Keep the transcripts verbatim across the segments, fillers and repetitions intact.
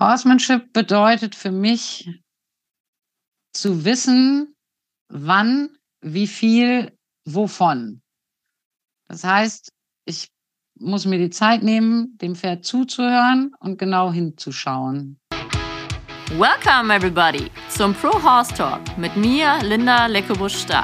Horsemanship bedeutet für mich zu wissen, wann, wie viel, wovon. Das heißt, ich muss mir die Zeit nehmen, dem Pferd zuzuhören und genau hinzuschauen. Welcome everybody zum Pro Horse Talk mit mir, Linda Leckebusch-Stark.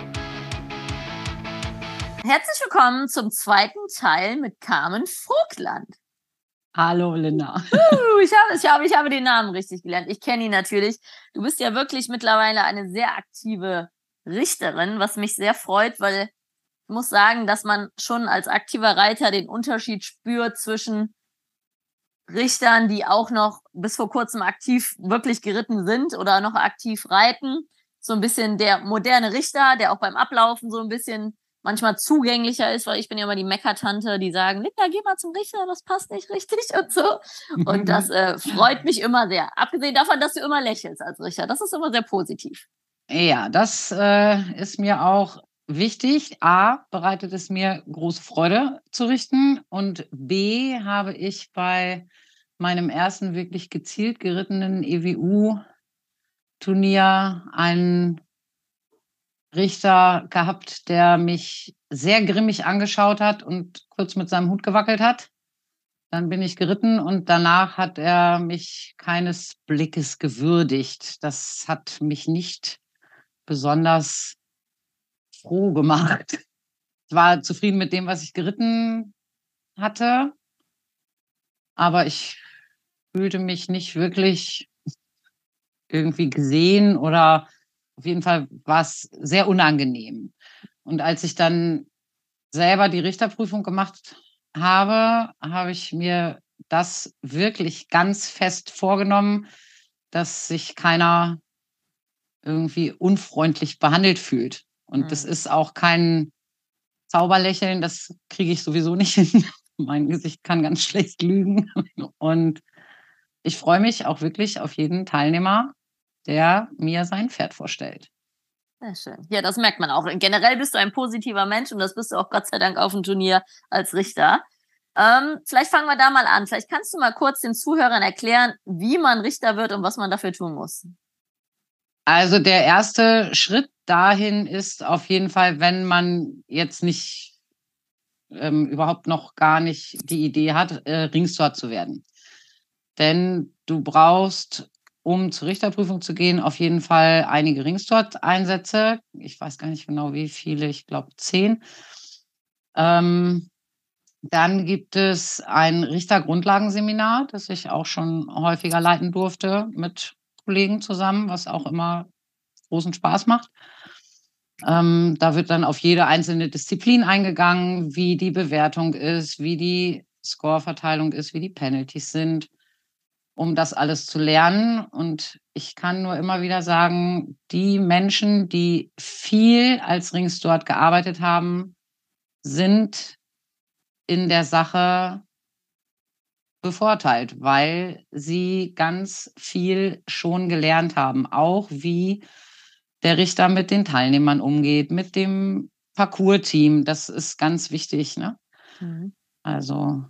Herzlich willkommen zum zweiten Teil mit Carmen Vogtland. Hallo Linda. Uh, ich, habe, ich, habe, ich habe den Namen richtig gelernt. Ich kenne ihn natürlich. Du bist ja wirklich mittlerweile eine sehr aktive Richterin, was mich sehr freut, weil ich muss sagen, dass man schon als aktiver Reiter den Unterschied spürt zwischen Richtern, die auch noch bis vor kurzem aktiv wirklich geritten sind oder noch aktiv reiten. So ein bisschen der moderne Richter, der auch beim Ablaufen so ein bisschen manchmal zugänglicher ist, weil ich bin ja immer die Meckertante, die sagen, Linda, geh mal zum Richter, das passt nicht richtig und so. Und das äh, freut mich immer sehr. Abgesehen davon, dass du immer lächelst als Richter. Das ist immer sehr positiv. Ja, das äh, ist mir auch wichtig. A, bereitet es mir große Freude zu richten und B, habe ich bei meinem ersten wirklich gezielt gerittenen E W U-Turnier einen Richter gehabt, der mich sehr grimmig angeschaut hat und kurz mit seinem Hut gewackelt hat. Dann bin ich geritten und danach hat er mich keines Blickes gewürdigt. Das hat mich nicht besonders froh gemacht. Ich war zufrieden mit dem, was ich geritten hatte, aber ich fühlte mich nicht wirklich irgendwie gesehen oder auf jeden Fall war es sehr unangenehm. Und als ich dann selber die Richterprüfung gemacht habe, habe ich mir das wirklich ganz fest vorgenommen, dass sich keiner irgendwie unfreundlich behandelt fühlt. Und mhm. das ist auch kein Zauberlächeln, das kriege ich sowieso nicht hin. Mein Gesicht kann ganz schlecht lügen. Und ich freue mich auch wirklich auf jeden Teilnehmer, der mir sein Pferd vorstellt. Sehr schön. Ja, das merkt man auch. Generell bist du ein positiver Mensch und das bist du auch Gott sei Dank auf dem Turnier als Richter. Ähm, vielleicht fangen wir da mal an. Vielleicht kannst du mal kurz den Zuhörern erklären, wie man Richter wird und was man dafür tun muss. Also der erste Schritt dahin ist auf jeden Fall, wenn man jetzt nicht ähm, überhaupt noch gar nicht die Idee hat, äh, Ringsteward zu werden. Denn du brauchst, um zur Richterprüfung zu gehen, auf jeden Fall einige Ringsteward-Einsätze. Ich weiß gar nicht genau, wie viele, ich glaube zehn. Ähm, dann gibt es ein Richtergrundlagenseminar, das ich auch schon häufiger leiten durfte mit Kollegen zusammen, was auch immer großen Spaß macht. Ähm, da wird dann auf jede einzelne Disziplin eingegangen, wie die Bewertung ist, wie die Scoreverteilung ist, wie die Penalties sind, um das alles zu lernen. Und ich kann nur immer wieder sagen, die Menschen, die viel als Ringsteward gearbeitet haben, sind in der Sache bevorteilt, weil sie ganz viel schon gelernt haben, auch wie der Richter mit den Teilnehmern umgeht, mit dem Parcours-Team. Das ist ganz wichtig, ne? Mhm. Also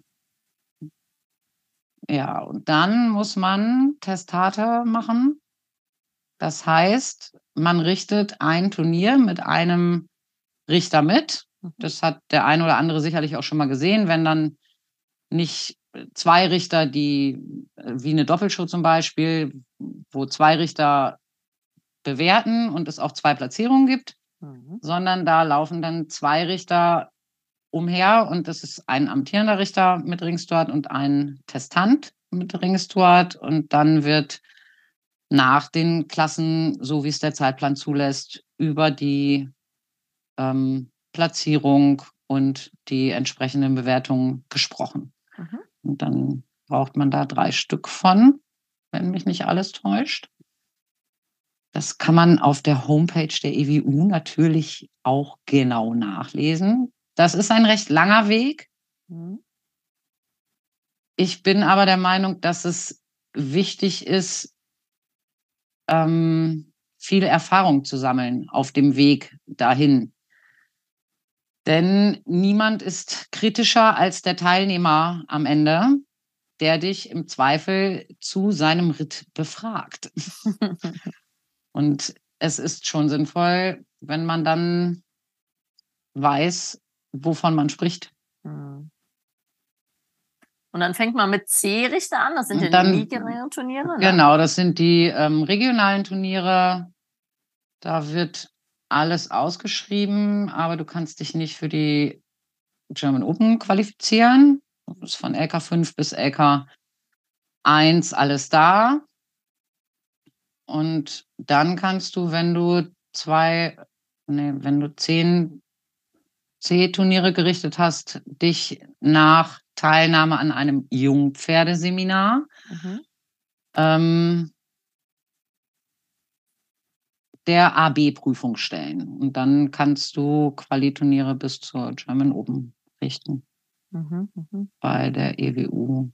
ja, und dann muss man Testate machen. Das heißt, man richtet ein Turnier mit einem Richter mit. Das hat der eine oder andere sicherlich auch schon mal gesehen, wenn dann nicht zwei Richter, die wie eine Doppelshow zum Beispiel, wo zwei Richter bewerten und es auch zwei Platzierungen gibt, mhm. sondern da laufen dann zwei Richter umher und das ist ein amtierender Richter mit Ringsteward und ein Testant mit Ringsteward und dann wird nach den Klassen, so wie es der Zeitplan zulässt, über die ähm, Platzierung und die entsprechenden Bewertungen gesprochen. Mhm. Und dann braucht man da drei Stück von, wenn mich nicht alles täuscht. Das kann man auf der Homepage der E W U natürlich auch genau nachlesen. Das ist ein recht langer Weg. Mhm. Ich bin aber der Meinung, dass es wichtig ist, ähm, viel Erfahrung zu sammeln auf dem Weg dahin. Denn niemand ist kritischer als der Teilnehmer am Ende. der dich im Zweifel zu seinem Ritt befragt. Und es ist schon sinnvoll, wenn man dann weiß, wovon man spricht. Hm. Und dann fängt man mit C-Richter an, das sind Und ja dann- die niedrigeren Turniere. Ne? Genau, das sind die ähm, regionalen Turniere. Da wird alles ausgeschrieben, aber du kannst dich nicht für die German Open qualifizieren. Das ist von L K fünf bis L K eins alles da. Und dann kannst du, wenn du zwei, nee, wenn du zehn C-Turniere gerichtet hast, dich nach Teilnahme an einem Jungpferdeseminar Mhm. ähm, der A B-Prüfung stellen. Und dann kannst du Qualiturniere bis zur German Open richten Mhm. Mhm. bei der E W U.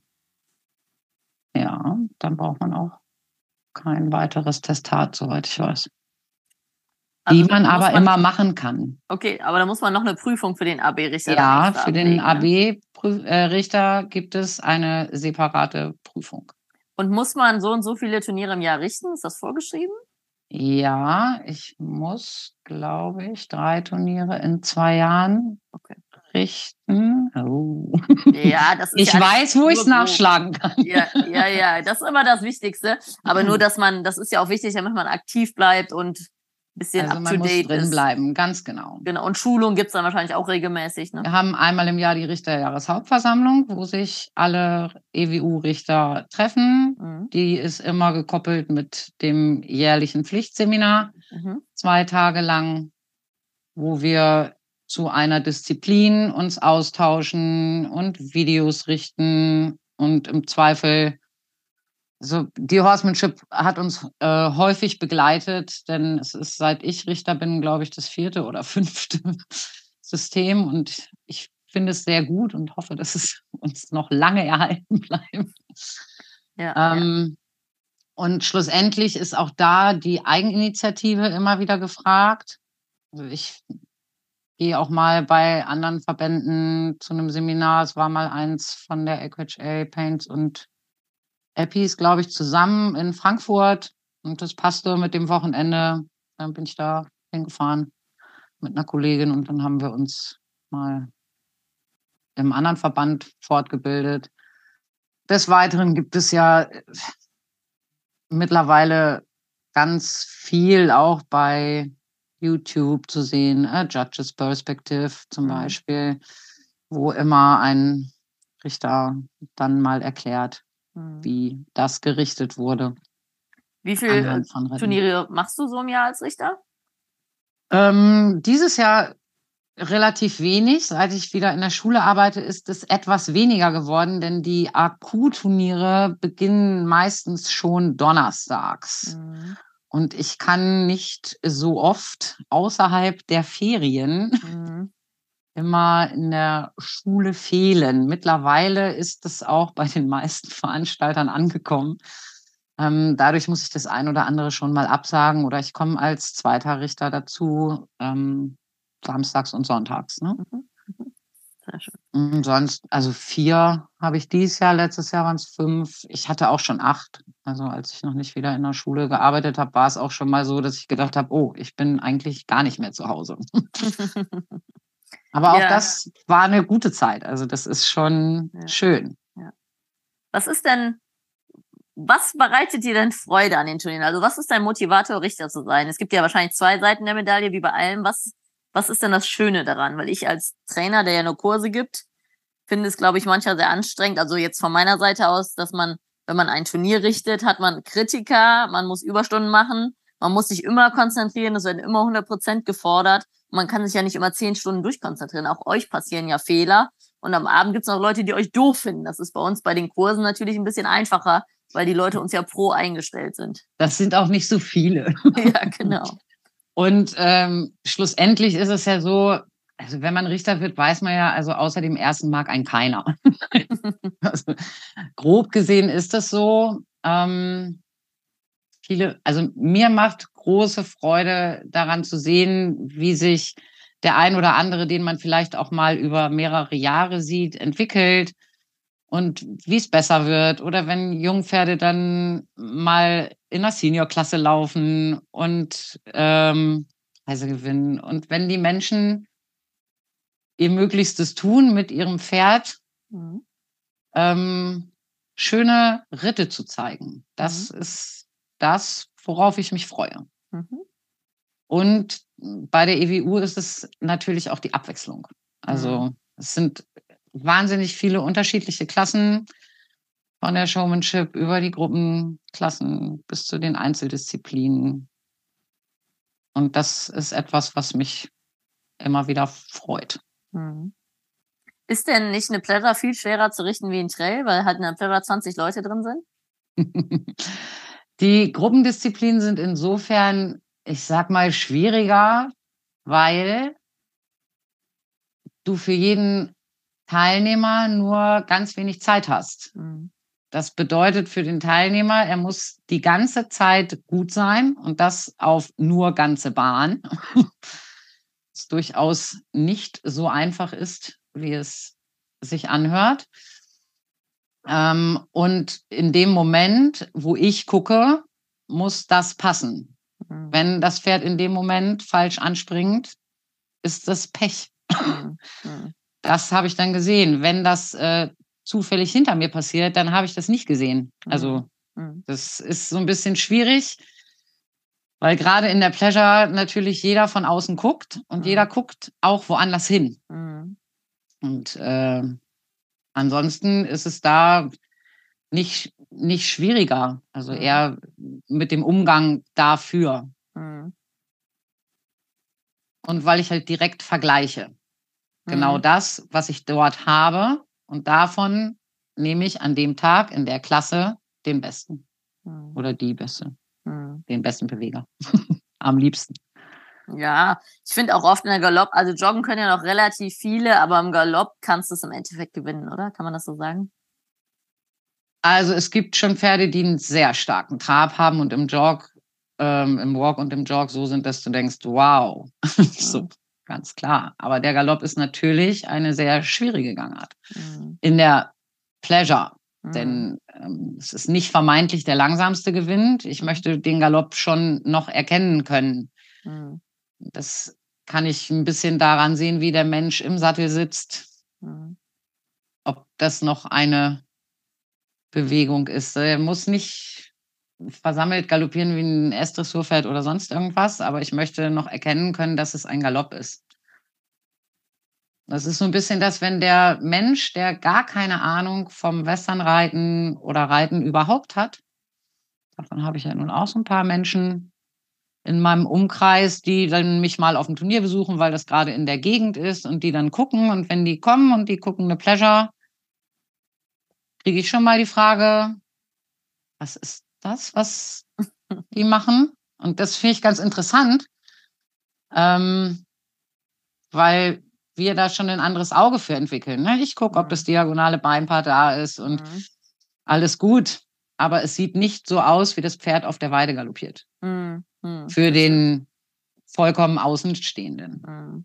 Ja, dann braucht man auch kein weiteres Testat, soweit ich weiß. Also die man muss aber man- immer machen kann. Okay, aber da muss man noch eine Prüfung für den A B-Richter dann Ja, extra für den ablegen, ne? A B-Richter gibt es eine separate Prüfung. Und muss man so und so viele Turniere im Jahr richten? Ist das vorgeschrieben? Ja, ich muss, glaube ich, drei Turniere in zwei Jahren Okay. richten. Oh. Ja, das ist Ich ja weiß, wo ich es nur grob. nachschlagen kann. Ja, ja, ja, das ist immer das Wichtigste. Aber nur, dass man, das ist ja auch wichtig, damit man aktiv bleibt und ein bisschen Also up man to muss date drin ist. bleiben, ganz genau. Genau. Und Schulung gibt's dann wahrscheinlich auch regelmäßig, ne? Wir haben einmal im Jahr die Richterjahreshauptversammlung, wo sich alle E W U-Richter treffen. Mhm. Die ist immer gekoppelt mit dem jährlichen Pflichtseminar, Mhm. zwei Tage lang, wo wir zu einer Disziplin uns austauschen und Videos richten und im Zweifel, also die Horsemanship hat uns äh, häufig begleitet, denn es ist, seit ich Richter bin, glaube ich, das vierte oder fünfte System und ich finde es sehr gut und hoffe, dass es uns noch lange erhalten bleibt. Ja, Ähm, ja. Und schlussendlich ist auch da die Eigeninitiative immer wieder gefragt. Also ich gehe auch mal bei anderen Verbänden zu einem Seminar. Es war mal eins von der A Q H A, Paints und Eppies, glaube ich, zusammen in Frankfurt. Und das passte mit dem Wochenende. Dann bin ich da hingefahren mit einer Kollegin und dann haben wir uns mal im anderen Verband fortgebildet. Des Weiteren gibt es ja mittlerweile ganz viel auch bei YouTube zu sehen, äh, Judges Perspective zum Mhm. Beispiel, wo immer ein Richter dann mal erklärt, Mhm. wie das gerichtet wurde. Wie viele anhand von Rennen. Turniere machst du so im Jahr als Richter? Ähm, dieses Jahr relativ wenig. Seit ich wieder in der Schule arbeite, ist es etwas weniger geworden, denn die A Q-Turniere beginnen meistens schon donnerstags. Mhm. Und ich kann nicht so oft außerhalb der Ferien Mhm. immer in der Schule fehlen. Mittlerweile ist es auch bei den meisten Veranstaltern angekommen. Ähm, dadurch muss ich das ein oder andere schon mal absagen oder ich komme als zweiter Richter dazu, ähm, samstags und sonntags. Ne? Mhm. Mhm. Sehr schön. Und sonst, also vier habe ich dieses Jahr, letztes Jahr waren es fünf. Ich hatte auch schon acht. Also als ich noch nicht wieder in der Schule gearbeitet habe, war es auch schon mal so, dass ich gedacht habe, oh, ich bin eigentlich gar nicht mehr zu Hause. Aber auch Ja. das war eine gute Zeit. Also das ist schon Ja. schön. Ja. Was ist denn, was bereitet dir denn Freude an den Turnieren? Also was ist dein Motivator, Richter zu sein? Es gibt ja wahrscheinlich zwei Seiten der Medaille, wie bei allem. Was, was ist denn das Schöne daran? Weil ich als Trainer, der ja nur Kurse gibt, finde es, glaube ich, manchmal sehr anstrengend. Also jetzt von meiner Seite aus, dass man, wenn man ein Turnier richtet, hat man Kritiker, man muss Überstunden machen, man muss sich immer konzentrieren, es werden immer hundert Prozent gefordert. Man kann sich ja nicht immer zehn Stunden durchkonzentrieren. Auch euch passieren ja Fehler. Und am Abend gibt es noch Leute, die euch doof finden. Das ist bei uns bei den Kursen natürlich ein bisschen einfacher, weil die Leute uns ja pro eingestellt sind. Das sind auch nicht so viele. Ja, genau. Und ähm, schlussendlich ist es ja so, also wenn man Richter wird, weiß man ja, also außer dem ersten mag einen keiner. Also, grob gesehen ist das so. Ähm, viele, also mir macht große Freude daran zu sehen, wie sich der ein oder andere, den man vielleicht auch mal über mehrere Jahre sieht, entwickelt. und wie es besser wird. Oder wenn Jungpferde dann mal in der Seniorklasse laufen und ähm, Preise gewinnen. Und wenn die Menschen ihr Möglichstes tun mit ihrem Pferd, mhm. ähm, schöne Ritte zu zeigen. Das mhm. ist das, worauf ich mich freue. Mhm. Und bei der E W U ist es natürlich auch die Abwechslung. Also mhm. es sind wahnsinnig viele unterschiedliche Klassen, von der Showmanship über die Gruppenklassen bis zu den Einzeldisziplinen. Und das ist etwas, was mich immer wieder freut. Mhm. Ist denn nicht eine Pleasure viel schwerer zu richten wie ein Trail, weil halt in der Pleasure zwanzig Leute drin sind? Die Gruppendisziplinen sind insofern, ich sag mal, schwieriger, weil du für jeden Teilnehmer nur ganz wenig Zeit hast. Mhm. Das bedeutet für den Teilnehmer, er muss die ganze Zeit gut sein und das auf nur ganze Bahn. Was durchaus nicht so einfach ist, wie es sich anhört. Ähm, und in dem Moment, wo ich gucke, muss das passen. Mhm. Wenn das Pferd in dem Moment falsch anspringt, ist das Pech. Mhm. Mhm. Das habe ich dann gesehen. Wenn das äh, zufällig hinter mir passiert, dann habe ich das nicht gesehen. Also mhm. das ist so ein bisschen schwierig, weil gerade in der Pleasure natürlich jeder von außen guckt und mhm. jeder guckt auch woanders hin. Mhm. Und äh, ansonsten ist es da nicht, nicht schwieriger, also mhm. eher mit dem Umgang dafür. Mhm. Und weil ich halt direkt vergleiche. Mhm. Genau das, was ich dort habe, und davon nehme ich an dem Tag in der Klasse den Besten. Mhm. Oder die Beste. Mhm. Den besten Beweger. Am liebsten. Ja, ich finde auch oft in der Galopp, also joggen können ja noch relativ viele, aber im Galopp kannst du es im Endeffekt gewinnen, oder? Kann man das so sagen? Also es gibt schon Pferde, die einen sehr starken Trab haben und im Jog, ähm, im Walk und im Jog so sind, dass du denkst, wow, mhm. so, ganz klar. Aber der Galopp ist natürlich eine sehr schwierige Gangart. Mhm. In der Pleasure. Mhm. Denn ähm, es ist nicht vermeintlich der langsamste gewinnt. Ich mhm. möchte den Galopp schon noch erkennen können. Mhm. Das kann ich ein bisschen daran sehen, wie der Mensch im Sattel sitzt. Mhm. Ob das noch eine Bewegung ist. Er muss nicht versammelt galoppieren wie ein S-Dressurpferd oder sonst irgendwas, aber ich möchte noch erkennen können, dass es ein Galopp ist. Das ist so ein bisschen das, wenn der Mensch, der gar keine Ahnung vom Westernreiten oder Reiten überhaupt hat, davon habe ich ja nun auch so ein paar Menschen in meinem Umkreis, die dann mich mal auf dem Turnier besuchen, weil das gerade in der Gegend ist und die dann gucken. Und wenn die kommen und die gucken eine Pleasure, kriege ich schon mal die Frage, was ist das, was die machen? Und das finde ich ganz interessant, ähm, weil wir da schon ein anderes Auge für entwickeln. Ne? Ich gucke, mhm. ob das diagonale Beinpaar da ist und mhm. alles gut. Aber es sieht nicht so aus, wie das Pferd auf der Weide galoppiert. Mhm. Für den vollkommen Außenstehenden. Mhm.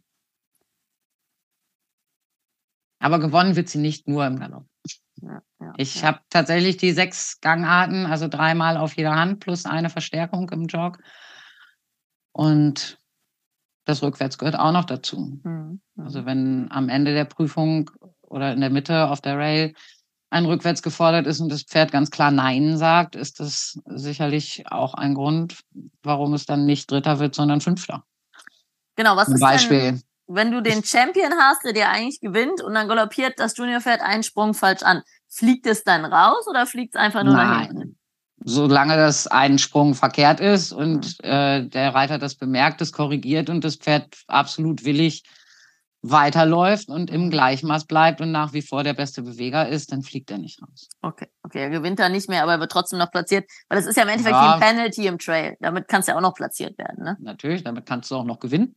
Aber gewonnen wird sie nicht nur im Galopp. Ja, ja, ich ja. habe tatsächlich die sechs Gangarten, also dreimal auf jeder Hand plus eine Verstärkung im Jog. Und das Rückwärts gehört auch noch dazu. Mhm. Also wenn am Ende der Prüfung oder in der Mitte auf der Rail ein Rückwärts gefordert ist und das Pferd ganz klar Nein sagt, ist das sicherlich auch ein Grund, warum es dann nicht Dritter wird, sondern Fünfter. Genau, was Zum ist Beispiel. denn, wenn du den Champion hast, der dir eigentlich gewinnt und dann galoppiert das Juniorpferd einen Sprung falsch an? Fliegt es dann raus oder fliegt es einfach nur nach hinten? Nein. Solange das ein Sprung verkehrt ist und mhm. äh, der Reiter das bemerkt, das korrigiert und das Pferd absolut willig weiterläuft und im Gleichmaß bleibt und nach wie vor der beste Beweger ist, dann fliegt er nicht raus. Okay, okay, er gewinnt da nicht mehr, aber er wird trotzdem noch platziert, weil das ist ja im Endeffekt ja. wie ein Penalty im Trail. Damit kannst du ja auch noch platziert werden, ne? Natürlich, damit kannst du auch noch gewinnen.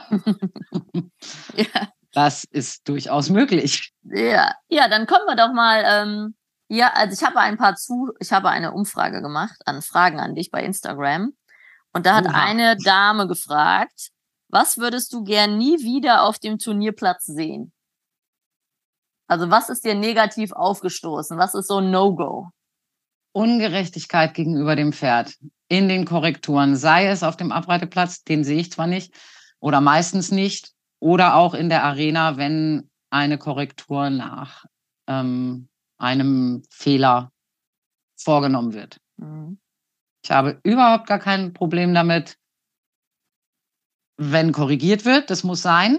Ja. Das ist durchaus möglich. Ja, ja, dann kommen wir doch mal. Ähm, ja, also ich habe ein paar zu, ich habe eine Umfrage gemacht an Fragen an dich bei Instagram und da hat Oha. eine Dame gefragt, was würdest du gern nie wieder auf dem Turnierplatz sehen? Also was ist dir negativ aufgestoßen? Was ist so ein No-Go? Ungerechtigkeit gegenüber dem Pferd in den Korrekturen, sei es auf dem Abreiteplatz, den sehe ich zwar nicht oder meistens nicht, oder auch in der Arena, wenn eine Korrektur nach ähm, einem Fehler vorgenommen wird. Mhm. Ich habe überhaupt gar kein Problem damit, wenn korrigiert wird. Das muss sein.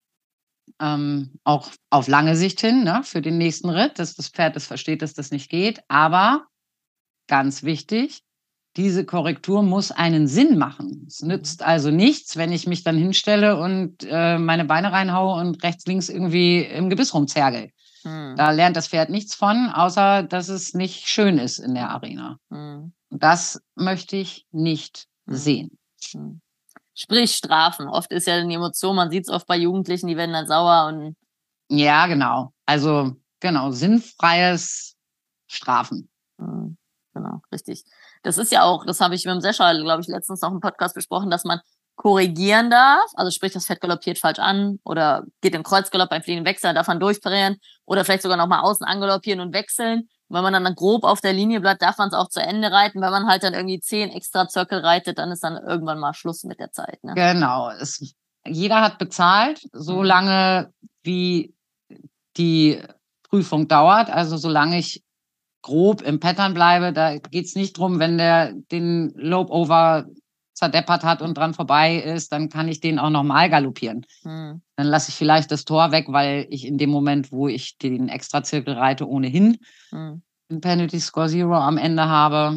Ähm, auch auf lange Sicht hin, ne, für den nächsten Ritt, dass das Pferd das versteht, dass das nicht geht. Aber ganz wichtig, diese Korrektur muss einen Sinn machen. Es nützt also nichts, wenn ich mich dann hinstelle und äh, meine Beine reinhaue und rechts, links irgendwie im Gebiss rumzergel. Mhm. Da lernt das Pferd nichts von, außer dass es nicht schön ist in der Arena. Mhm. Das möchte ich nicht Mhm. sehen. Mhm. Sprich Strafen. Oft ist ja eine Emotion, man sieht es oft bei Jugendlichen, die werden dann sauer und. Ja, genau. Also, genau, sinnfreies Strafen. Mhm. Genau, richtig. Das ist ja auch, das habe ich mit dem Sescha, glaube ich, letztens noch im Podcast besprochen, dass man korrigieren darf. Also sprich, das Pferd galoppiert falsch an oder geht im Kreuzgalopp beim fliegenden Wechsel, darf man durchparieren oder vielleicht sogar nochmal außen angaloppieren und wechseln. Und wenn man dann grob auf der Linie bleibt, darf man es auch zu Ende reiten. Wenn man halt dann irgendwie zehn extra Zirkel reitet, dann ist dann irgendwann mal Schluss mit der Zeit. Ne? Genau. Es, jeder hat bezahlt, so lange wie die Prüfung dauert. Also solange ich grob im Pattern bleibe, da geht es nicht drum, wenn der den Lope-Over zerdeppert hat und dran vorbei ist, dann kann ich den auch nochmal galoppieren. Mhm. Dann lasse ich vielleicht das Tor weg, weil ich in dem Moment, wo ich den Extrazirkel reite, ohnehin Mhm. ein Penalty Score Zero am Ende habe.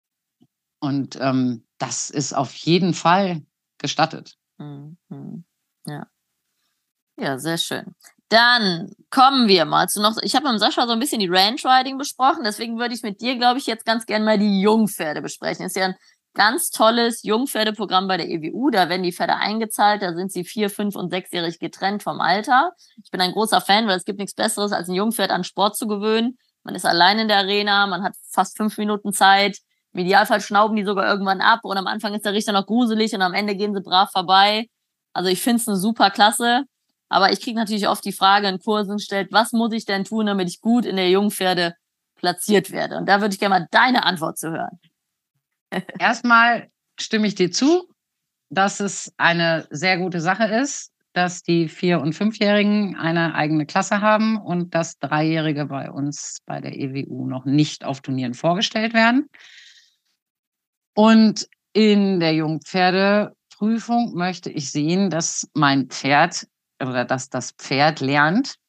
Und ähm, das ist auf jeden Fall gestattet. Mhm. Ja. Ja, sehr schön. Dann kommen wir mal zu noch, ich habe mit Sascha so ein bisschen die Ranch Riding besprochen, deswegen würde ich mit dir, glaube ich, jetzt ganz gerne mal die Jungpferde besprechen. Ist ja ein ganz tolles Jungpferdeprogramm bei der E W U, da werden die Pferde eingezahlt, da sind sie vier-, fünf- und sechsjährig getrennt vom Alter. Ich bin ein großer Fan, weil es gibt nichts Besseres, als ein Jungpferd an Sport zu gewöhnen. Man ist allein in der Arena, man hat fast fünf Minuten Zeit, im Idealfall schnauben die sogar irgendwann ab und am Anfang ist der Richter noch gruselig und am Ende gehen sie brav vorbei. Also ich finde es eine super Klasse. Aber ich kriege natürlich oft die Frage in Kursen gestellt, was muss ich denn tun, damit ich gut in der Jungpferde platziert werde? Und da würde ich gerne mal deine Antwort zu hören. Erstmal stimme ich dir zu, dass es eine sehr gute Sache ist, dass die Vier- und Fünfjährigen eine eigene Klasse haben und dass Dreijährige bei uns bei der E W U noch nicht auf Turnieren vorgestellt werden. Und in der Jungpferdeprüfung möchte ich sehen, dass mein Pferd oder dass das Pferd lernt,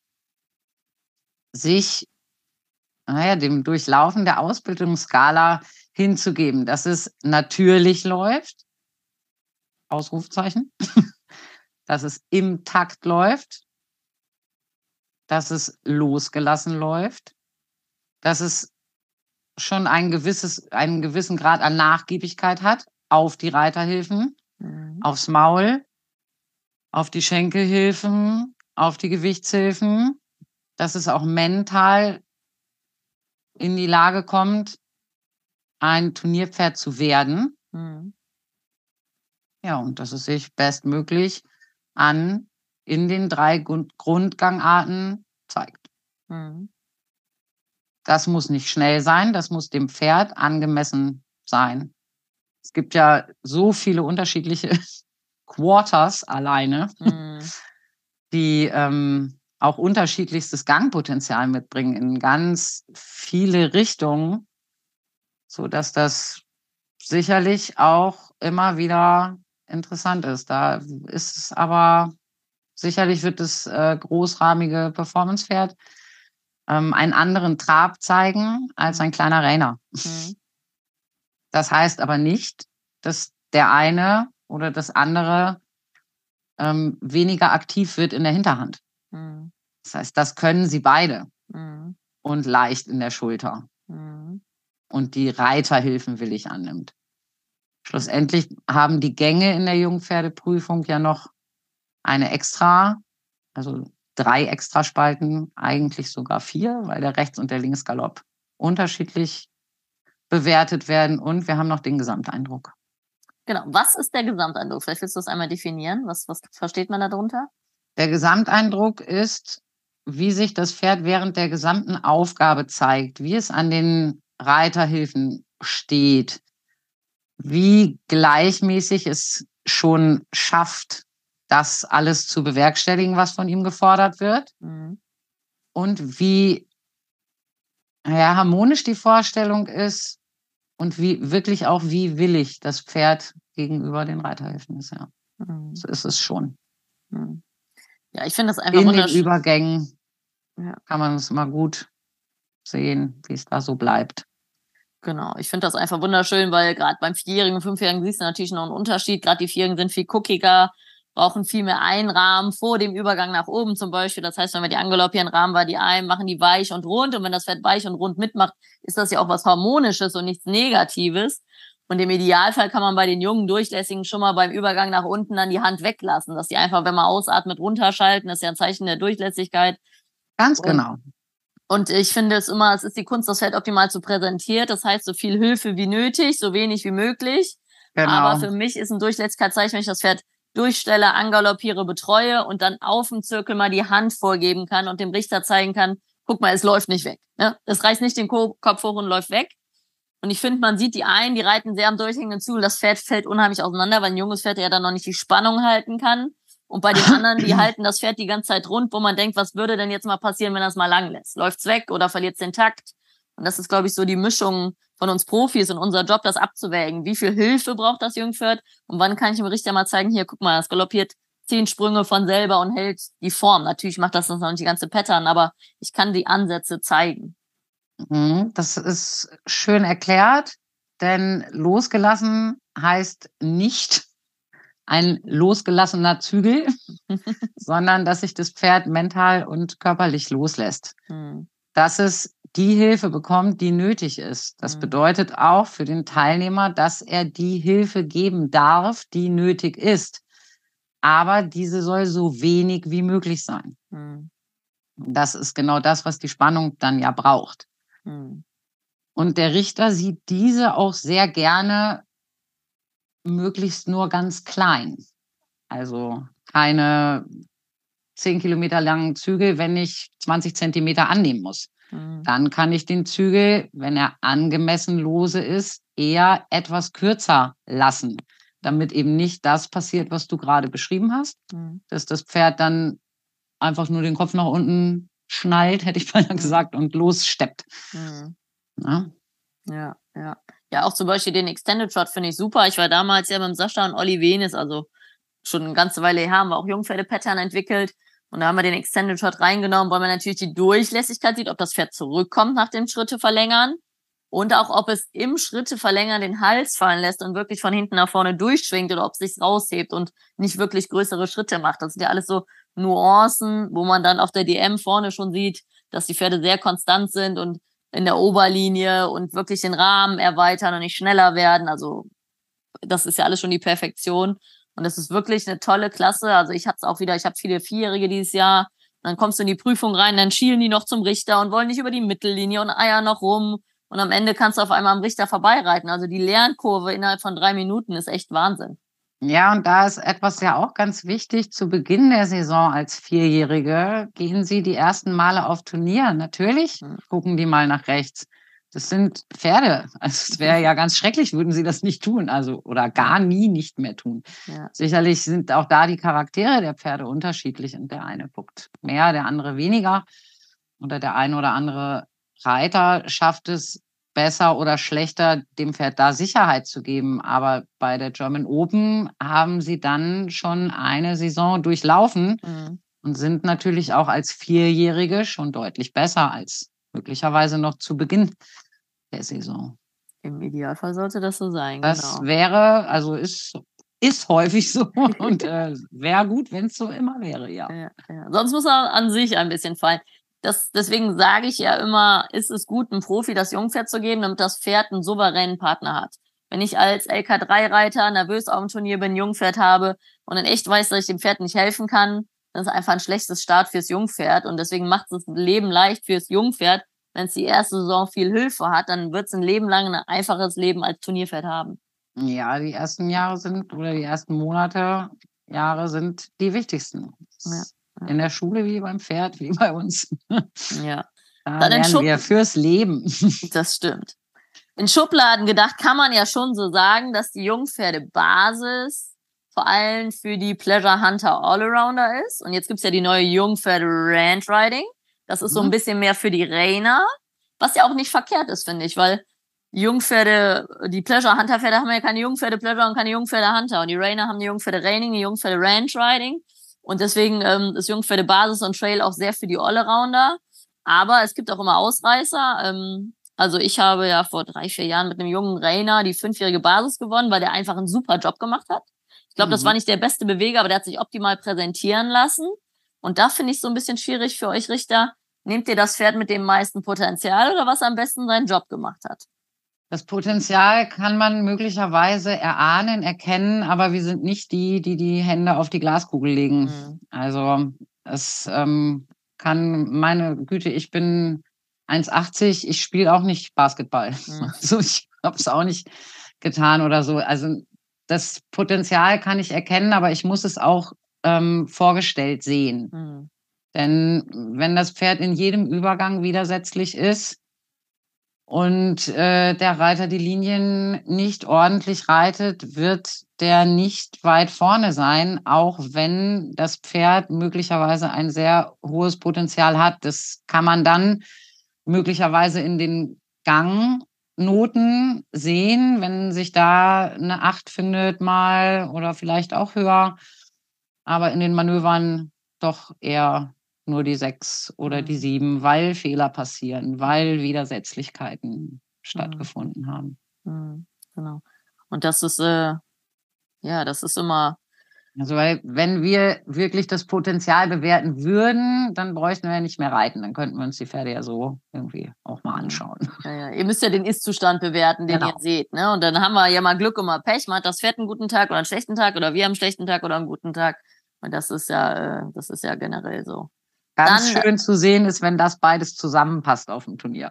sich naja, dem Durchlaufen der Ausbildungsskala hinzugeben, dass es natürlich läuft, Ausrufzeichen, dass es im Takt läuft, dass es losgelassen läuft, dass es schon ein gewisses, einen gewissen Grad an Nachgiebigkeit hat auf die Reiterhilfen, mhm. aufs Maul, auf die Schenkelhilfen, auf die Gewichtshilfen, dass es auch mental in die Lage kommt, ein Turnierpferd zu werden. Mhm. Ja, und dass es sich bestmöglich an in den drei Grundgangarten zeigt. Mhm. Das muss nicht schnell sein, das muss dem Pferd angemessen sein. Es gibt ja so viele unterschiedliche Quarters alleine, mhm. die ähm, auch unterschiedlichstes Gangpotenzial mitbringen in ganz viele Richtungen, sodass das sicherlich auch immer wieder interessant ist. Da ist es aber, sicherlich wird das äh, großrahmige Performance-Pferd ähm, einen anderen Trab zeigen als ein kleiner Reiner. Mhm. Das heißt aber nicht, dass der eine oder das andere ähm, weniger aktiv wird in der Hinterhand. Mhm. Das heißt, das können sie beide. Mhm. Und leicht in der Schulter. Mhm. Und die Reiterhilfen willig annimmt. Schlussendlich haben die Gänge in der Jungpferdeprüfung ja noch eine extra, also drei Extraspalten, eigentlich sogar vier, weil der Rechts- und der Linksgalopp unterschiedlich bewertet werden. Und wir haben noch den Gesamteindruck. Genau. Was ist der Gesamteindruck? Vielleicht willst du das einmal definieren. Was, was versteht man darunter? Der Gesamteindruck ist, wie sich das Pferd während der gesamten Aufgabe zeigt, wie es an den Reiterhilfen steht, wie gleichmäßig es schon schafft, das alles zu bewerkstelligen, was von ihm gefordert wird. Mhm. Und wie ja, harmonisch die Vorstellung ist und wie wirklich auch, wie willig das Pferd gegenüber den Reiterhilfen ist. Ja, Mhm. so ist es schon. Mhm. Ja, ich finde das einfach In den wunderschön. Übergängen Ja. kann man es immer gut sehen, wie es da so bleibt. Genau, ich finde das einfach wunderschön, weil gerade beim Vierjährigen und Fünfjährigen siehst du natürlich noch einen Unterschied. Gerade die Vierjährigen sind viel guckiger, brauchen viel mehr Einrahmen vor dem Übergang nach oben zum Beispiel. Das heißt, wenn wir die angaloppieren, rahmen wir die ein, machen die weich und rund. Und wenn das Pferd weich und rund mitmacht, ist das ja auch was Harmonisches und nichts Negatives. Und im Idealfall kann man bei den jungen Durchlässigen schon mal beim Übergang nach unten dann die Hand weglassen, dass die einfach, wenn man ausatmet, runterschalten. Das ist ja ein Zeichen der Durchlässigkeit. Ganz Und genau. Und ich finde es immer, es ist die Kunst, das Pferd optimal zu präsentieren. Das heißt, so viel Hilfe wie nötig, so wenig wie möglich. Genau. Aber für mich ist ein Durchlässigkeitszeichen, wenn ich das Pferd durchstelle, angaloppiere, betreue und dann auf dem Zirkel mal die Hand vorgeben kann und dem Richter zeigen kann, guck mal, es läuft nicht weg. Ne? Es reißt nicht den Ko- Kopf hoch und läuft weg. Und ich finde, man sieht die einen, die reiten sehr am durchhängenden Zügel. Das Pferd fällt unheimlich auseinander, weil ein junges Pferd ja dann noch nicht die Spannung halten kann. Und bei den anderen, die halten das Pferd die ganze Zeit rund, wo man denkt, was würde denn jetzt mal passieren, wenn er es mal lang lässt? Läuft's weg oder verliert den Takt? Und das ist, glaube ich, so die Mischung von uns Profis und unser Job, das abzuwägen. Wie viel Hilfe braucht das Jungpferd? Und wann kann ich dem Richter mal zeigen, hier, guck mal, es galoppiert zehn Sprünge von selber und hält die Form. Natürlich macht das noch nicht die ganze Pattern, aber ich kann die Ansätze zeigen. Das ist schön erklärt, denn losgelassen heißt nicht ein losgelassener Zügel, sondern dass sich das Pferd mental und körperlich loslässt. Hm. Dass es die Hilfe bekommt, die nötig ist. Das Hm. bedeutet auch für den Teilnehmer, dass er die Hilfe geben darf, die nötig ist. Aber diese soll so wenig wie möglich sein. Hm. Das ist genau das, was die Spannung dann ja braucht. Hm. Und der Richter sieht diese auch sehr gerne möglichst nur ganz klein. Also keine zehn Kilometer langen Zügel, wenn ich zwanzig Zentimeter annehmen muss. Hm. Dann kann ich den Zügel, wenn er angemessen lose ist, eher etwas kürzer lassen, damit eben nicht das passiert, was du gerade beschrieben hast, Hm. dass das Pferd dann einfach nur den Kopf nach unten schnallt, hätte ich beinahe Hm. gesagt, und lossteppt. Hm. Ja? Ja, ja. Ja, auch zum Beispiel den Extended Shot finde ich super. Ich war damals ja mit Sascha und Olli Wenis, also schon eine ganze Weile her, haben wir auch Jungpferde-Pattern entwickelt. Und da haben wir den Extended Shot reingenommen, weil man natürlich die Durchlässigkeit sieht, ob das Pferd zurückkommt nach dem Schritte verlängern und auch, ob es im Schritte verlängern den Hals fallen lässt und wirklich von hinten nach vorne durchschwingt oder ob es sich raushebt und nicht wirklich größere Schritte macht. Das sind ja alles so Nuancen, wo man dann auf der D M vorne schon sieht, dass die Pferde sehr konstant sind und in der Oberlinie und wirklich den Rahmen erweitern und nicht schneller werden. Also das ist ja alles schon die Perfektion. Und das ist wirklich eine tolle Klasse. Also ich hatte es auch wieder, ich habe viele Vierjährige dieses Jahr. Dann kommst du in die Prüfung rein, dann schielen die noch zum Richter und wollen nicht über die Mittellinie und eiern noch rum. Und am Ende kannst du auf einmal am Richter vorbeireiten. Also die Lernkurve innerhalb von drei Minuten ist echt Wahnsinn. Ja, und da ist etwas ja auch ganz wichtig. Zu Beginn der Saison als Vierjährige gehen sie die ersten Male auf Turnier. Natürlich Hm. gucken die mal nach rechts. Das sind Pferde. Also es wäre ja ganz schrecklich, würden sie das nicht tun. Also oder gar nie nicht mehr tun. Ja. Sicherlich sind auch da die Charaktere der Pferde unterschiedlich und der eine guckt mehr, der andere weniger. Oder der eine oder andere Reiter schafft es besser oder schlechter, dem Pferd da Sicherheit zu geben. Aber bei der German Open haben sie dann schon eine Saison durchlaufen Mhm. und sind natürlich auch als Vierjährige schon deutlich besser als möglicherweise noch zu Beginn der Saison. Im Idealfall sollte das so sein, Das genau. wäre, also ist, ist häufig so und äh, wäre gut, wenn es so immer wäre, ja. Ja, ja. Sonst muss er an sich ein bisschen fallen. Das, deswegen sage ich ja immer, ist es gut, einem Profi das Jungpferd zu geben, damit das Pferd einen souveränen Partner hat. Wenn ich als L K drei Reiter nervös auf dem Turnier bin, ein Jungpferd habe und in echt weiß, dass ich dem Pferd nicht helfen kann, dann ist es einfach ein schlechtes Start fürs Jungpferd. Und deswegen macht es das Leben leicht fürs Jungpferd. Wenn es die erste Saison viel Hilfe hat, dann wird es ein Leben lang ein einfaches Leben als Turnierpferd haben. Ja, die ersten Jahre sind oder die ersten Monate, Jahre sind die wichtigsten. Ja. in der Schule wie beim Pferd, wie bei uns. Ja. Da Dann in lernen Schub- wir fürs Leben. Das stimmt. In Schubladen gedacht kann man ja schon so sagen, dass die Jungpferdebasis vor allem für die Pleasure Hunter Allrounder ist. Und jetzt gibt's ja die neue Jungpferde Ranch Riding. Das ist so ein Mhm. bisschen mehr für die Reiner, was ja auch nicht verkehrt ist, finde ich, weil Jungpferde, die Pleasure Hunter Pferde haben ja keine Jungpferde Pleasure und keine Jungpferde Hunter. Und die Rainer haben die Jungpferde Reining, die Jungpferde Ranch Riding. Und deswegen ähm, ist Jungpferde Basis und Trail auch sehr für die Allrounder. Aber es gibt auch immer Ausreißer. Ähm, also ich habe ja vor drei, vier Jahren mit einem jungen Rainer die fünfjährige Basis gewonnen, weil der einfach einen super Job gemacht hat. Ich glaube, das Mhm. war nicht der beste Beweger, aber der hat sich optimal präsentieren lassen. Und da finde ich so ein bisschen schwierig für euch Richter. Nehmt ihr das Pferd mit dem meisten Potenzial oder was am besten seinen Job gemacht hat? Das Potenzial kann man möglicherweise erahnen, erkennen, aber wir sind nicht die, die die Hände auf die Glaskugel legen. Mhm. Also es ähm, kann, meine Güte, ich bin eins achtzig, ich spiele auch nicht Basketball. Mhm. Also ich habe es auch nicht getan oder so. Also das Potenzial kann ich erkennen, aber ich muss es auch ähm, vorgestellt sehen. Mhm. Denn wenn das Pferd in jedem Übergang widersetzlich ist, und äh, der Reiter die Linien nicht ordentlich reitet, wird der nicht weit vorne sein, auch wenn das Pferd möglicherweise ein sehr hohes Potenzial hat. Das kann man dann möglicherweise in den Gangnoten sehen, wenn sich da eine acht findet mal oder vielleicht auch höher, aber in den Manövern doch eher nur die sechs oder die Mhm. sieben, weil Fehler passieren, weil Widersetzlichkeiten stattgefunden haben. Mhm. Genau. Und das ist, äh, ja, das ist immer, Also weil wenn wir wirklich das Potenzial bewerten würden, dann bräuchten wir ja nicht mehr reiten. Dann könnten wir uns die Pferde ja so irgendwie auch mal anschauen. ja, ja, ihr müsst ja den Ist-Zustand bewerten, den Genau. ihr seht, ne? Und dann haben wir ja mal Glück und mal Pech. Man hat das Pferd einen guten Tag oder einen schlechten Tag oder wir haben einen schlechten Tag oder einen guten Tag. Und das ist ja, äh, das ist ja generell so. Ganz Dann, schön zu sehen ist, wenn das beides zusammenpasst auf dem Turnier.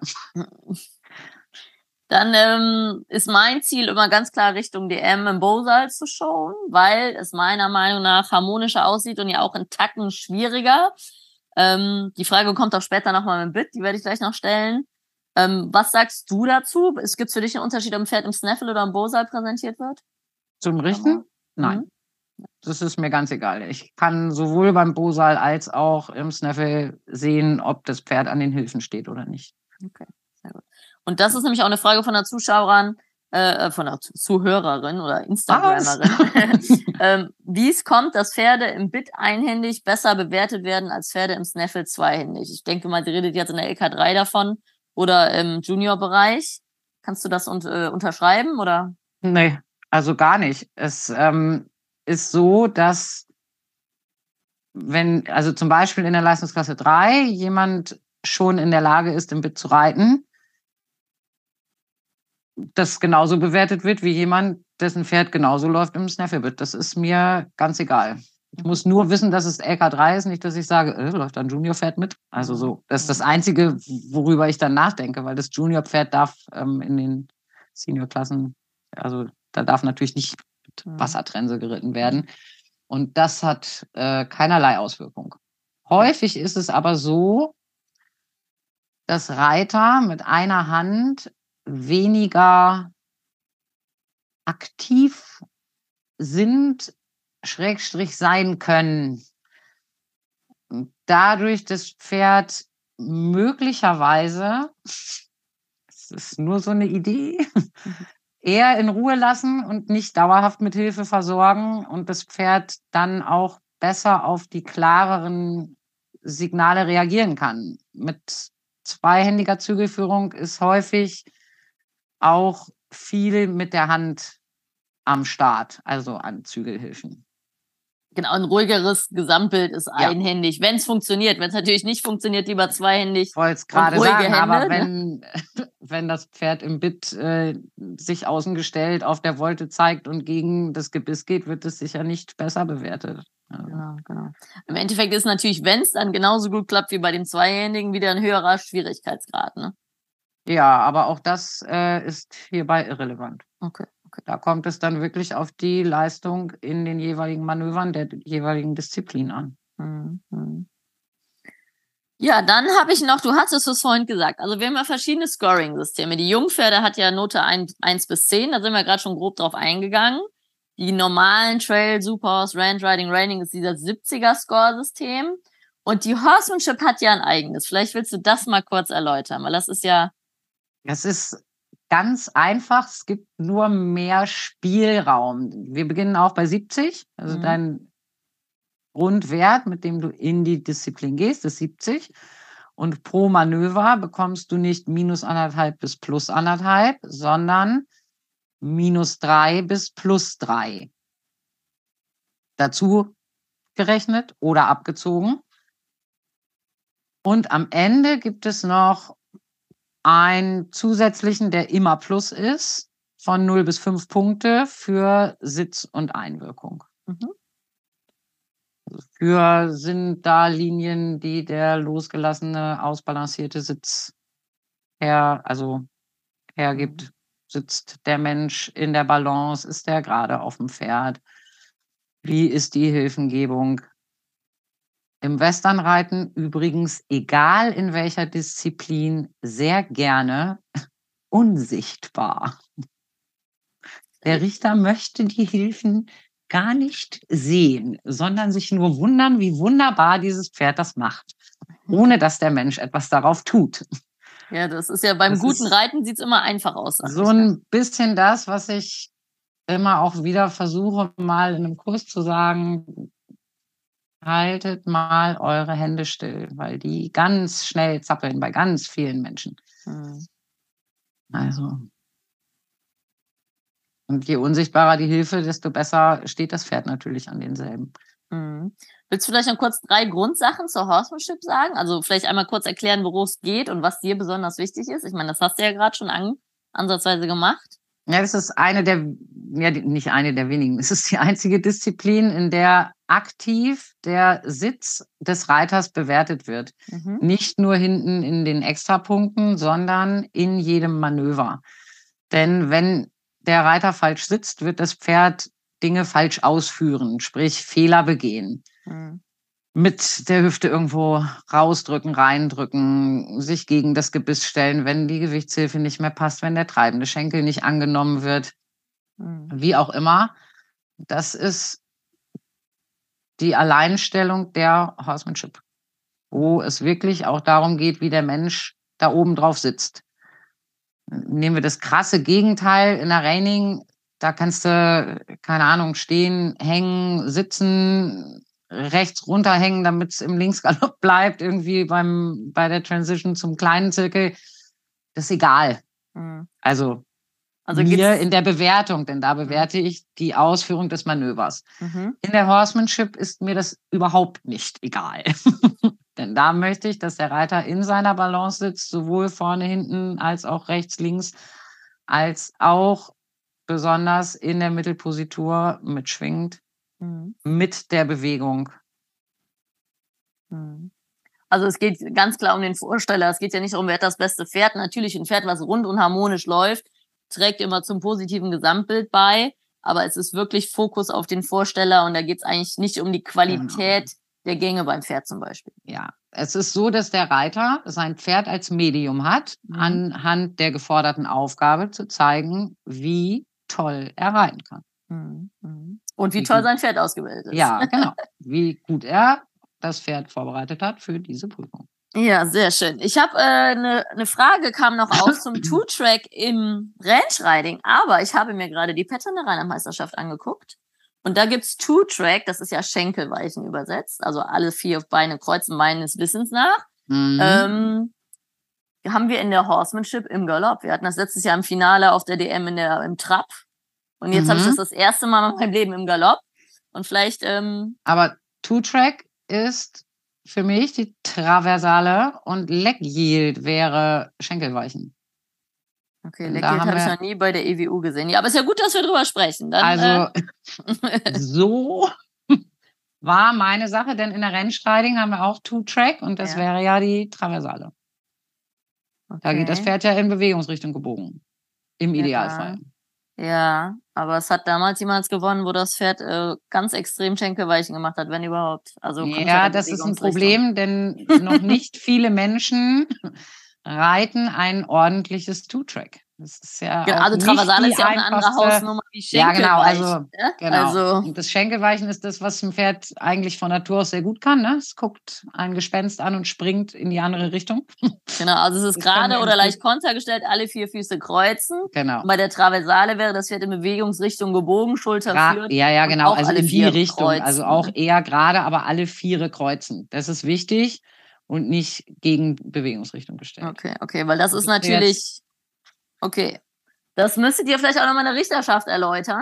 Dann ähm, ist mein Ziel immer ganz klar Richtung D M im Bowsal zu schauen, weil es meiner Meinung nach harmonischer aussieht und ja auch in Tacken schwieriger. Ähm, die Frage kommt auch später nochmal mit Bit, die werde ich gleich noch stellen. Ähm, was sagst du dazu? Es gibt für dich einen Unterschied, ob ein Pferd im Snaffle oder im Bowsal präsentiert wird? Zum Richten? Nein. Mhm. Das ist mir ganz egal. Ich kann sowohl beim Bosal als auch im Snaffle sehen, ob das Pferd an den Hilfen steht oder nicht. Okay, sehr gut. Und das ist nämlich auch eine Frage von der Zuschauerin, äh, von der Zuhörerin oder Instagrammerin, ähm, wie es kommt, dass Pferde im Bit einhändig besser bewertet werden als Pferde im Snaffle zweihändig. Ich denke mal, die redet jetzt in der L K drei davon oder im Junior-Bereich. Kannst du das un äh, unterschreiben oder? Nee, also gar nicht. Es ähm, ist so, dass wenn, also zum Beispiel in der Leistungsklasse drei jemand schon in der Lage ist, im Bit zu reiten, das genauso bewertet wird wie jemand, dessen Pferd genauso läuft im Snaffle-Bit. Das ist mir ganz egal. Ich muss nur wissen, dass es L K drei ist, nicht, dass ich sage, äh, läuft da ein Junior-Pferd mit. Also so, das ist das Einzige, worüber ich dann nachdenke, weil das Junior-Pferd darf ähm, in den Senior-Klassen, also da darf natürlich nicht mit Wassertrense geritten werden. Und das hat äh, keinerlei Auswirkung. Häufig ist es aber so, dass Reiter mit einer Hand weniger aktiv sind, Schrägstrich sein können. Dadurch das Pferd möglicherweise, es ist nur so eine Idee, eher in Ruhe lassen und nicht dauerhaft mit Hilfe versorgen und das Pferd dann auch besser auf die klareren Signale reagieren kann. Mit zweihändiger Zügelführung ist häufig auch viel mit der Hand am Start, also an Zügelhilfen. Genau, ein ruhigeres Gesamtbild ist Ja. einhändig, wenn es funktioniert. Wenn es natürlich nicht funktioniert, lieber zweihändig. Ich wollte es gerade ruhige sagen, Hände, aber ne? wenn, wenn das Pferd im Bit äh, sich außen gestellt auf der Wolte zeigt und gegen das Gebiss geht, wird es sicher nicht besser bewertet. Also. Genau, genau. Im Endeffekt ist natürlich, wenn es dann genauso gut klappt wie bei dem Zweihändigen, wieder ein höherer Schwierigkeitsgrad, ne? Ja, aber auch das äh, ist hierbei irrelevant. Okay, okay. Da kommt es dann wirklich auf die Leistung in den jeweiligen Manövern der jeweiligen Disziplin an. Mhm. Ja, dann habe ich noch, du hattest es vorhin gesagt, also wir haben ja verschiedene Scoring-Systeme. Die Jungpferde hat ja Note eins bis zehn, da sind wir gerade schon grob drauf eingegangen. Die normalen Trail, Superhorse, Ranch Riding, Reining ist dieser siebziger-Score-System. Und die Horsemanship hat ja ein eigenes. Vielleicht willst du das mal kurz erläutern, weil das ist ja... Das ist ganz einfach. Es gibt nur mehr Spielraum. Wir beginnen auch bei siebzig. Also Mhm. dein Grundwert, mit dem du in die Disziplin gehst, ist siebzig. Und pro Manöver bekommst du nicht minus anderthalb bis plus anderthalb, sondern minus drei bis plus drei. Dazu gerechnet oder abgezogen. Und am Ende gibt es noch einen zusätzlichen, der immer plus ist, von null bis fünf Punkte für Sitz und Einwirkung. Mhm. Für sind da Linien, die der losgelassene, ausbalancierte Sitz her, also hergibt. Mhm. Sitzt der Mensch in der Balance? Ist der gerade auf dem Pferd? Wie ist die Hilfengebung? Im Westernreiten übrigens, egal in welcher Disziplin, sehr gerne unsichtbar. Der Richter möchte die Hilfen gar nicht sehen, sondern sich nur wundern, wie wunderbar dieses Pferd das macht, ohne dass der Mensch etwas darauf tut. Ja, das ist ja beim das guten Reiten sieht es immer einfach aus. So ein bisschen das, was ich immer auch wieder versuche, mal in einem Kurs zu sagen: Haltet mal eure Hände still, weil die ganz schnell zappeln bei ganz vielen Menschen. Hm. Also. Und je unsichtbarer die Hilfe, desto besser steht das Pferd natürlich an denselben. Mhm. Willst du vielleicht noch kurz drei Grundsachen zur Horsemanship sagen? Also vielleicht einmal kurz erklären, worum es geht und was dir besonders wichtig ist. Ich meine, das hast du ja gerade schon an, ansatzweise gemacht. Ja, das ist eine der, ja, nicht eine der wenigen. Es ist die einzige Disziplin, in der aktiv der Sitz des Reiters bewertet wird. Mhm. Nicht nur hinten in den Extrapunkten, sondern in jedem Manöver. Denn wenn der Reiter falsch sitzt, wird das Pferd Dinge falsch ausführen, sprich Fehler begehen. Mhm. Mit der Hüfte irgendwo rausdrücken, reindrücken, sich gegen das Gebiss stellen, wenn die Gewichtshilfe nicht mehr passt, wenn der treibende Schenkel nicht angenommen wird, mhm. wie auch immer. Das ist die Alleinstellung der Horsemanship, wo es wirklich auch darum geht, wie der Mensch da oben drauf sitzt. Nehmen wir das krasse Gegenteil in der Reining, da kannst du, keine Ahnung, stehen, hängen, sitzen, rechts runterhängen, damit es im Linksgalopp bleibt, irgendwie beim, bei der Transition zum kleinen Zirkel. Das ist egal. Mhm. Also, also mir in der Bewertung, denn da bewerte ich die Ausführung des Manövers. Mhm. In der Horsemanship ist mir das überhaupt nicht egal. Denn da möchte ich, dass der Reiter in seiner Balance sitzt, sowohl vorne, hinten, als auch rechts, links, als auch besonders in der Mittelpositur mitschwingt, mhm. mit der Bewegung. Also es geht ganz klar um den Vorsteller. Es geht ja nicht darum, wer hat das beste Pferd. Natürlich ein Pferd, was rund und harmonisch läuft, trägt immer zum positiven Gesamtbild bei. Aber es ist wirklich Fokus auf den Vorsteller und da geht es eigentlich nicht um die Qualität genau. der Gänge beim Pferd zum Beispiel. Ja, es ist so, dass der Reiter sein Pferd als Medium hat, mhm. anhand der geforderten Aufgabe zu zeigen, wie toll er reiten kann. Mhm. Und wie, wie toll gut. sein Pferd ausgebildet ist. Ja, genau. Wie gut er das Pferd vorbereitet hat für diese Prüfung. Ja, sehr schön. Ich habe eine äh, ne Frage kam noch auf zum Two-Track im Ranch Riding, aber ich habe mir gerade die Pattern der Reinermeisterschaft angeguckt. Und da gibt's Two-Track, das ist ja Schenkelweichen übersetzt, also alle vier Beine kreuzen meines Wissens nach. Mhm. Ähm, haben wir in der Horsemanship im Galopp. Wir hatten das letztes Jahr im Finale auf der D M in der, im Trab. Und jetzt mhm. habe ich das das erste Mal in meinem Leben im Galopp. Und vielleicht... Ähm, Aber Two-Track ist für mich die Traversale und Leg Yield wäre Schenkelweichen. Okay, Leg Yield habe ich noch nie bei der E W U gesehen. Ja, aber ist ja gut, dass wir drüber sprechen. Dann, also äh so war meine Sache, denn in der Rennstriding haben wir auch Two-Track und das ja. wäre ja die Traversale. Okay. Da geht das Pferd ja in Bewegungsrichtung gebogen. Im ja. Idealfall. Ja, aber es hat damals jemals gewonnen, wo das Pferd äh, ganz extrem Schenkelweichen gemacht hat, wenn überhaupt. Also Ja, das ist ein Problem, denn noch nicht viele Menschen reiten ein ordentliches Two-Track. Das ist ja Genau, auch also nicht Traversale die ist ja auch eine andere einfachste. Hausnummer wie Ja, genau, Schenkelweichen. also ne? genau. Also, Und das Schenkelweichen ist das, was ein Pferd eigentlich von Natur aus sehr gut kann, ne? Es guckt ein Gespenst an und springt in die andere Richtung. genau, also es ist Das können gerade wir oder ganz leicht gut. kontergestellt, alle vier Füße kreuzen. Genau. Und bei der Traversale wäre das Pferd in Bewegungsrichtung gebogen, Schulter Gra führt ja, ja, und genau, auch also alle in die vier Richtung, also kreuzen. auch eher gerade, aber alle Viere kreuzen. Das ist wichtig und nicht gegen Bewegungsrichtung gestellt. Okay, okay, weil das Und ist bist du jetzt natürlich, okay, das müsstet ihr vielleicht auch nochmal in der Richterschaft erläutern.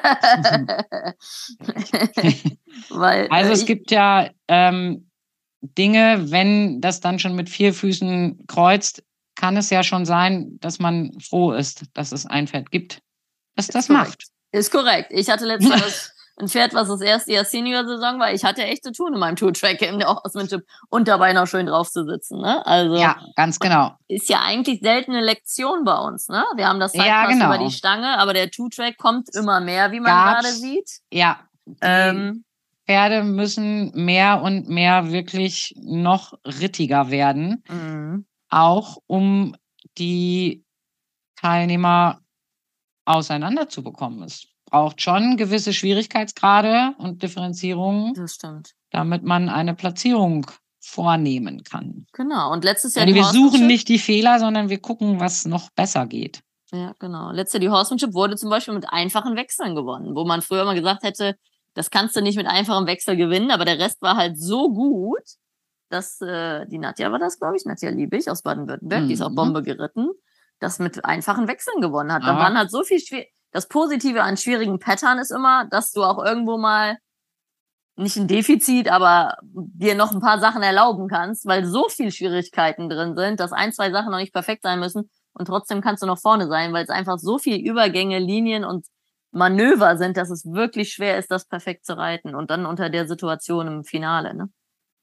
Weil, Also äh, es ich, gibt ja ähm, Dinge, wenn das dann schon mit vier Füßen kreuzt, kann es ja schon sein, dass man froh ist, dass es ein Pferd gibt, das das korrekt. macht. Ist korrekt. Ich hatte letztens ein Pferd, was das erste Jahr Senior-Saison war. Ich hatte echt zu tun in meinem Two-Track in der Horsemanship und dabei noch schön drauf zu sitzen. Ne? Also Ja, ganz genau. ist ja eigentlich selten eine Lektion bei uns. Ne? Wir haben das Ja, Sidepass über genau. die Stange, aber der Two-Track kommt immer mehr, wie man gerade Gab's, sieht. ja, die Ähm, Pferde müssen mehr und mehr wirklich noch rittiger werden, mhm. auch um die Teilnehmer auseinander zu bekommen. Es braucht schon gewisse Schwierigkeitsgrade und Differenzierungen, Das stimmt. damit man eine Platzierung vornehmen kann. Genau. Und letztes Jahr Denn die wir suchen Horsemanship. nicht die Fehler, sondern wir gucken, was noch besser geht. Ja, genau. Letztes Jahr die Horsemanship wurde zum Beispiel mit einfachen Wechseln gewonnen, wo man früher mal gesagt hätte, das kannst du nicht mit einfachem Wechsel gewinnen, aber der Rest war halt so gut, dass äh, die Nadja war das, glaube ich, Nadja Liebig aus Baden-Württemberg, Mhm. die ist auch Bombe geritten, das mit einfachen Wechseln gewonnen hat. Da Aber waren halt so viel schwer. Das Positive an schwierigen Pattern ist immer, dass du auch irgendwo mal nicht ein Defizit, aber dir noch ein paar Sachen erlauben kannst, weil so viel Schwierigkeiten drin sind, dass ein, zwei Sachen noch nicht perfekt sein müssen und trotzdem kannst du noch vorne sein, weil es einfach so viel Übergänge, Linien und Manöver sind, dass es wirklich schwer ist, das perfekt zu reiten und dann unter der Situation im Finale, ne?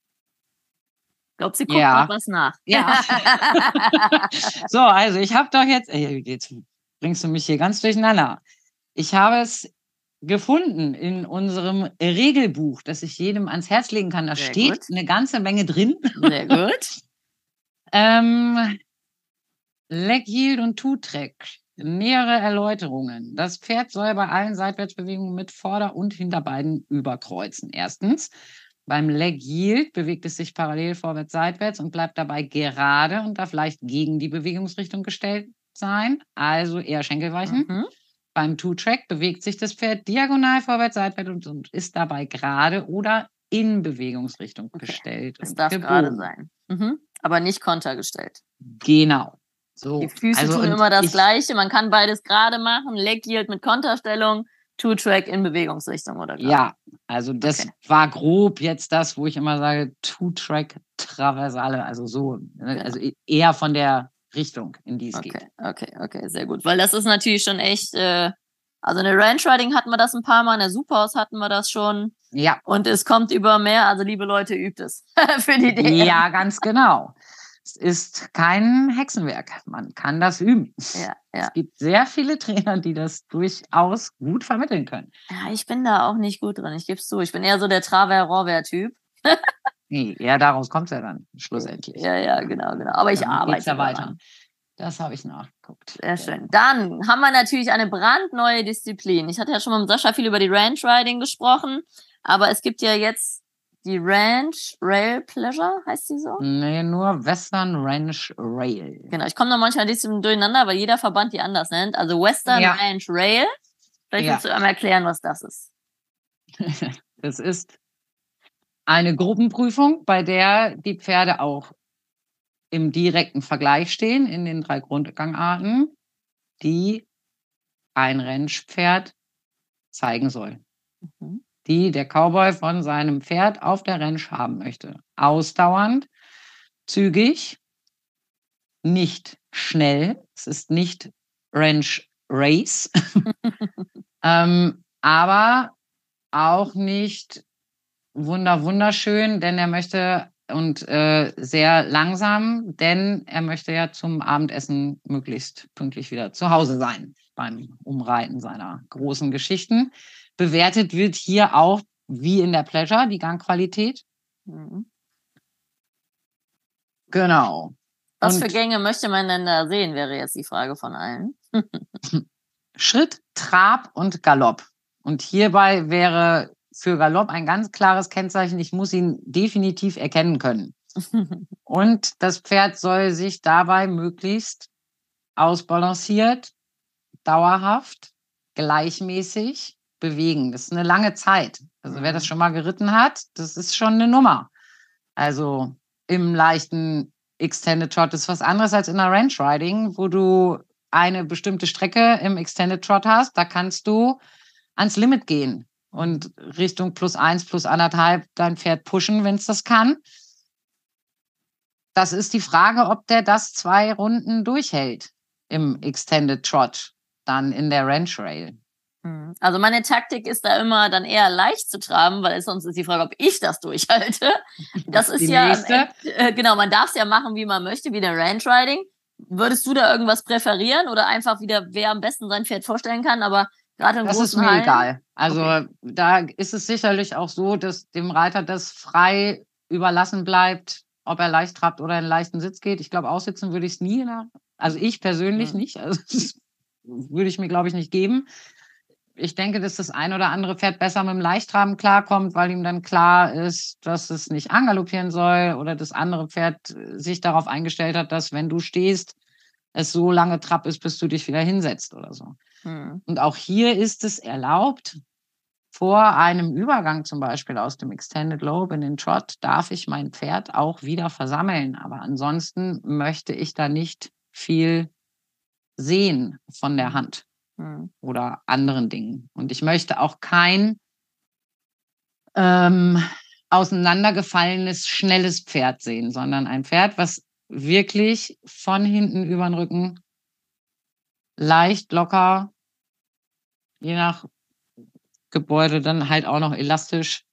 Ich glaube, sie guckt ja. noch was nach. Ja. So, also ich habe doch jetzt, ey, jetzt bringst du mich hier ganz durcheinander. Ich habe es gefunden in unserem Regelbuch, das ich jedem ans Herz legen kann. Da Sehr steht gut. eine ganze Menge drin. Sehr gut. ähm, Leg Yield und Two-Track. Nähere Erläuterungen. Das Pferd soll bei allen Seitwärtsbewegungen mit Vorder- und Hinterbeinen überkreuzen. Erstens, beim Leg Yield bewegt es sich parallel vorwärts-seitwärts und bleibt dabei gerade und darf leicht gegen die Bewegungsrichtung gestellt sein, also eher Schenkelweichen. Mhm. Beim Two-Track bewegt sich das Pferd diagonal vorwärts-seitwärts und, und ist dabei gerade oder in Bewegungsrichtung Okay. gestellt. Es und darf gerade gebogen. sein. Mhm. Aber nicht kontergestellt. Genau. So, Die Füße also tun und immer das ich, Gleiche. Man kann beides gerade machen. Leg Yield mit Konterstellung, Two-Track in Bewegungsrichtung oder gerade. Ja, also das Okay. war grob jetzt das, wo ich immer sage, Two-Track Traversale, also so, ne? Genau. Also e- eher von der Richtung, in die es Okay, geht. okay, okay, sehr gut. Weil das ist natürlich schon echt, äh, also in der Ranch Riding hatten wir das ein paar Mal, in der Superhouse hatten wir das schon. Ja, Und es kommt über mehr, also liebe Leute, übt es für die D M. ja, ganz genau. Es ist kein Hexenwerk. Man kann das üben. Ja, ja. Es gibt sehr viele Trainer, die das durchaus gut vermitteln können. Ja, ich bin da auch nicht gut drin, ich gebe es zu. Ich bin eher so der Traver-Rover-Typ. Nee, eher daraus kommt es ja dann schlussendlich. Ja, ja, genau, genau. Aber ich Dann arbeite geht's ja weiter. daran. Das habe ich nachgeguckt. Sehr schön. Dann haben wir natürlich eine brandneue Disziplin. Ich hatte ja schon mal mit Sascha viel über die Ranch Riding gesprochen, aber es gibt ja jetzt die Ranch Rail Pleasure, heißt die so? Nee, nur Western Ranch Rail. Genau, ich komme da manchmal ein bisschen durcheinander, weil jeder Verband die anders nennt. Also Western Ja. Ranch Rail. Vielleicht Ja. willst du einmal erklären, was das ist. Das ist eine Gruppenprüfung, bei der die Pferde auch im direkten Vergleich stehen in den drei Grundgangarten, die ein Rennpferd zeigen soll. Mhm. Die der Cowboy von seinem Pferd auf der Ranch haben möchte. Ausdauernd, zügig, nicht schnell. Es ist nicht Ranch Race, ähm, aber auch nicht wunder wunderschön, denn er möchte und äh, sehr langsam, denn er möchte ja zum Abendessen möglichst pünktlich wieder zu Hause sein. beim Umreiten seiner großen Geschichten. Bewertet wird hier auch, wie in der Pleasure, die Gangqualität. Mhm. Genau. Was Und für Gänge möchte man denn da sehen, wäre jetzt die Frage von allen. Schritt, Trab und Galopp. Und hierbei wäre für Galopp ein ganz klares Kennzeichen, ich muss ihn definitiv erkennen können. Und das Pferd soll sich dabei möglichst ausbalanciert, dauerhaft, gleichmäßig bewegen. Das ist eine lange Zeit. Also mhm. wer das schon mal geritten hat, das ist schon eine Nummer. Also im leichten Extended Trot ist was anderes als in der Range Riding, wo du eine bestimmte Strecke im Extended Trot hast. Da kannst du ans Limit gehen und Richtung plus eins, plus anderthalb dein Pferd pushen, wenn es das kann. Das ist die Frage, ob der das zwei Runden durchhält im Extended Trot, dann in der Ranch Rail. Also meine Taktik ist da immer dann eher leicht zu traben, weil sonst ist die Frage, ob ich das durchhalte. Das ist die ja, nächste. Äh, genau, man darf es ja machen, wie man möchte, wie der Ranch Riding. Würdest du da irgendwas präferieren oder einfach wieder, wer am besten sein Pferd vorstellen kann, aber gerade in das großen ist mir Hallen? Egal. Also okay. Da ist es sicherlich auch so, dass dem Reiter das frei überlassen bleibt, ob er leicht trabt oder in einen leichten Sitz geht. Ich glaube, aussitzen würde ich es nie. Also ich persönlich mhm. nicht. Also das würde ich mir, glaube ich, nicht geben. Ich denke, dass das ein oder andere Pferd besser mit dem Leichttraben klarkommt, weil ihm dann klar ist, dass es nicht angaloppieren soll oder das andere Pferd sich darauf eingestellt hat, dass, wenn du stehst, es so lange Trab ist, bis du dich wieder hinsetzt oder so. Mhm. Und auch hier ist es erlaubt, vor einem Übergang zum Beispiel aus dem Extended Lope in den Trot, darf ich mein Pferd auch wieder versammeln. Aber ansonsten möchte ich da nicht viel sehen von der Hand mhm. oder anderen Dingen. Und ich möchte auch kein ähm, auseinandergefallenes, schnelles Pferd sehen, sondern ein Pferd, was wirklich von hinten über den Rücken leicht, locker, je nach Gebäude dann halt auch noch elastisch,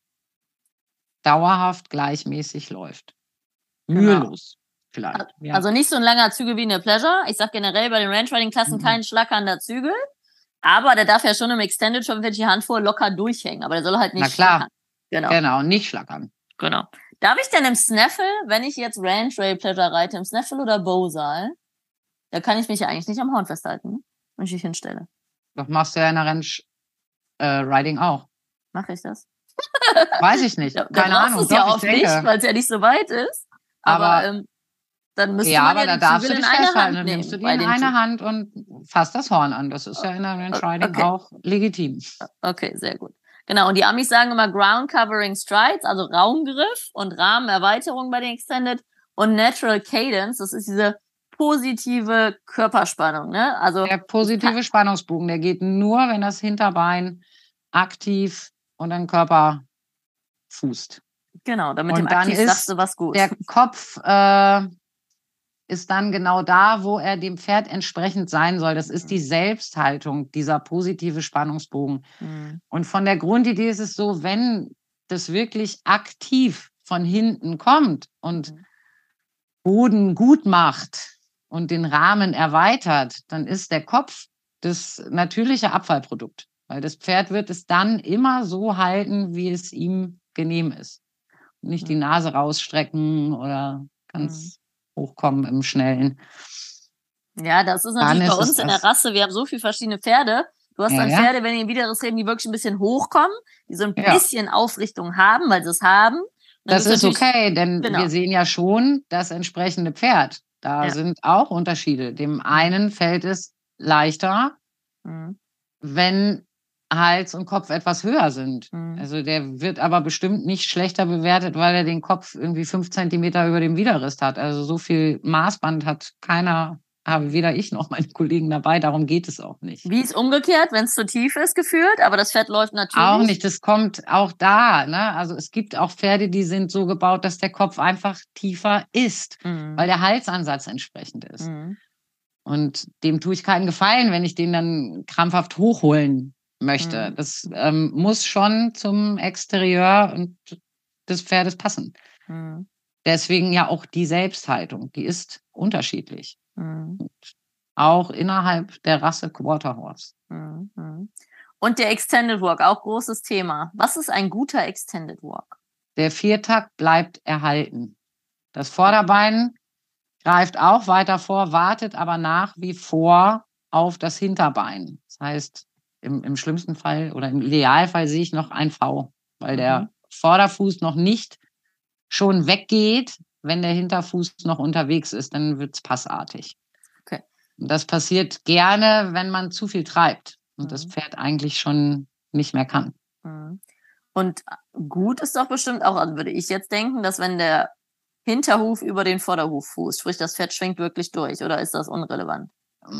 dauerhaft, gleichmäßig läuft. Mühelos genau. vielleicht. Ja. Also nicht so ein langer Zügel wie eine Pleasure. Ich sag generell bei den Ranch-Riding-Klassen mhm. kein schlackernder Zügel. Aber der darf ja schon im Extended schon, wenn ich die Hand vor, locker durchhängen. Aber der soll halt nicht Na klar. schlackern. Genau. genau, nicht schlackern. Genau. Darf ich denn im Snaffle, wenn ich jetzt Ranch Rail Pleasure reite, im Snaffle oder Bowsal, da kann ich mich ja eigentlich nicht am Horn festhalten, wenn ich mich hinstelle. Doch machst du ja in der Ranch äh, Riding auch. Mache ich das? Weiß ich nicht. Da, Keine da Ahnung. es ja oft nicht, weil es ja nicht so weit ist. Aber, aber ähm, dann müsste ja, man aber ja da den darfst Zügel du dich in eine festhalten. Hand Dann nehmen. nimmst du die in eine Hand und fasst das Horn an. Das ist ja in der Ranch Riding okay. auch legitim. Okay, sehr gut. Genau, und die Amis sagen immer Ground Covering Strides, also Raumgriff und Rahmenerweiterung bei den Extended und Natural Cadence, das ist diese positive Körperspannung. Ne? Also der positive Spannungsbogen, der geht nur, wenn das Hinterbein aktiv und den Körper fußt. Genau, damit und dem dann aktiv ist sagst du was gut. Der Kopf äh, ist dann genau da, wo er dem Pferd entsprechend sein soll. Das ist die Selbsthaltung, dieser positive Spannungsbogen. Mhm. Und von der Grundidee ist es so, wenn das wirklich aktiv von hinten kommt und mhm. Boden gut macht und den Rahmen erweitert, dann ist der Kopf das natürliche Abfallprodukt. Weil das Pferd wird es dann immer so halten, wie es ihm genehm ist. Nicht mhm. die Nase rausstrecken oder ganz mhm. hochkommen im Schnellen. Ja, das ist natürlich bei uns in der Rasse. Wir haben so viele verschiedene Pferde. Du hast ja, dann Pferde, ja. wenn die in Widerriss reden, die wirklich ein bisschen hochkommen, die so ein ja. bisschen Aufrichtung haben, weil sie es haben. Das ist okay, denn genau. wir sehen ja schon das entsprechende Pferd. Da ja. sind auch Unterschiede. Dem einen fällt es leichter, mhm. wenn Hals und Kopf etwas höher sind. Mhm. Also der wird aber bestimmt nicht schlechter bewertet, weil er den Kopf irgendwie fünf Zentimeter über dem Widerriss hat. Also so viel Maßband hat keiner, habe weder ich noch meine Kollegen dabei. Darum geht es auch nicht. Wie ist umgekehrt, wenn es zu tief ist gefühlt, aber das Pferd läuft natürlich? Auch nicht. Das kommt auch da. Ne? Also es gibt auch Pferde, die sind so gebaut, dass der Kopf einfach tiefer ist, mhm. weil der Halsansatz entsprechend ist. Mhm. Und dem tue ich keinen Gefallen, wenn ich den dann krampfhaft hochholen möchte. Mhm. Das ähm, muss schon zum Exterieur und des Pferdes passen. Mhm. Deswegen ja auch die Selbsthaltung, die ist unterschiedlich. Mhm. auch innerhalb der Rasse Quarter Horse. Mhm. Und der Extended Walk, auch großes Thema. Was ist ein guter Extended Walk? Der Viertakt bleibt erhalten. Das Vorderbein greift auch weiter vor, wartet aber nach wie vor auf das Hinterbein. Das heißt, im, im schlimmsten Fall oder im Idealfall sehe ich noch ein V, weil mhm. der Vorderfuß noch nicht schon weggeht, wenn der Hinterfuß noch unterwegs ist, dann wird es passartig. Okay. Und das passiert gerne, wenn man zu viel treibt und mhm. das Pferd eigentlich schon nicht mehr kann. Mhm. Und gut ist doch bestimmt auch, also würde ich jetzt denken, dass wenn der Hinterhuf über den Vorderhuf fußt, sprich das Pferd schwingt wirklich durch, oder ist das unrelevant?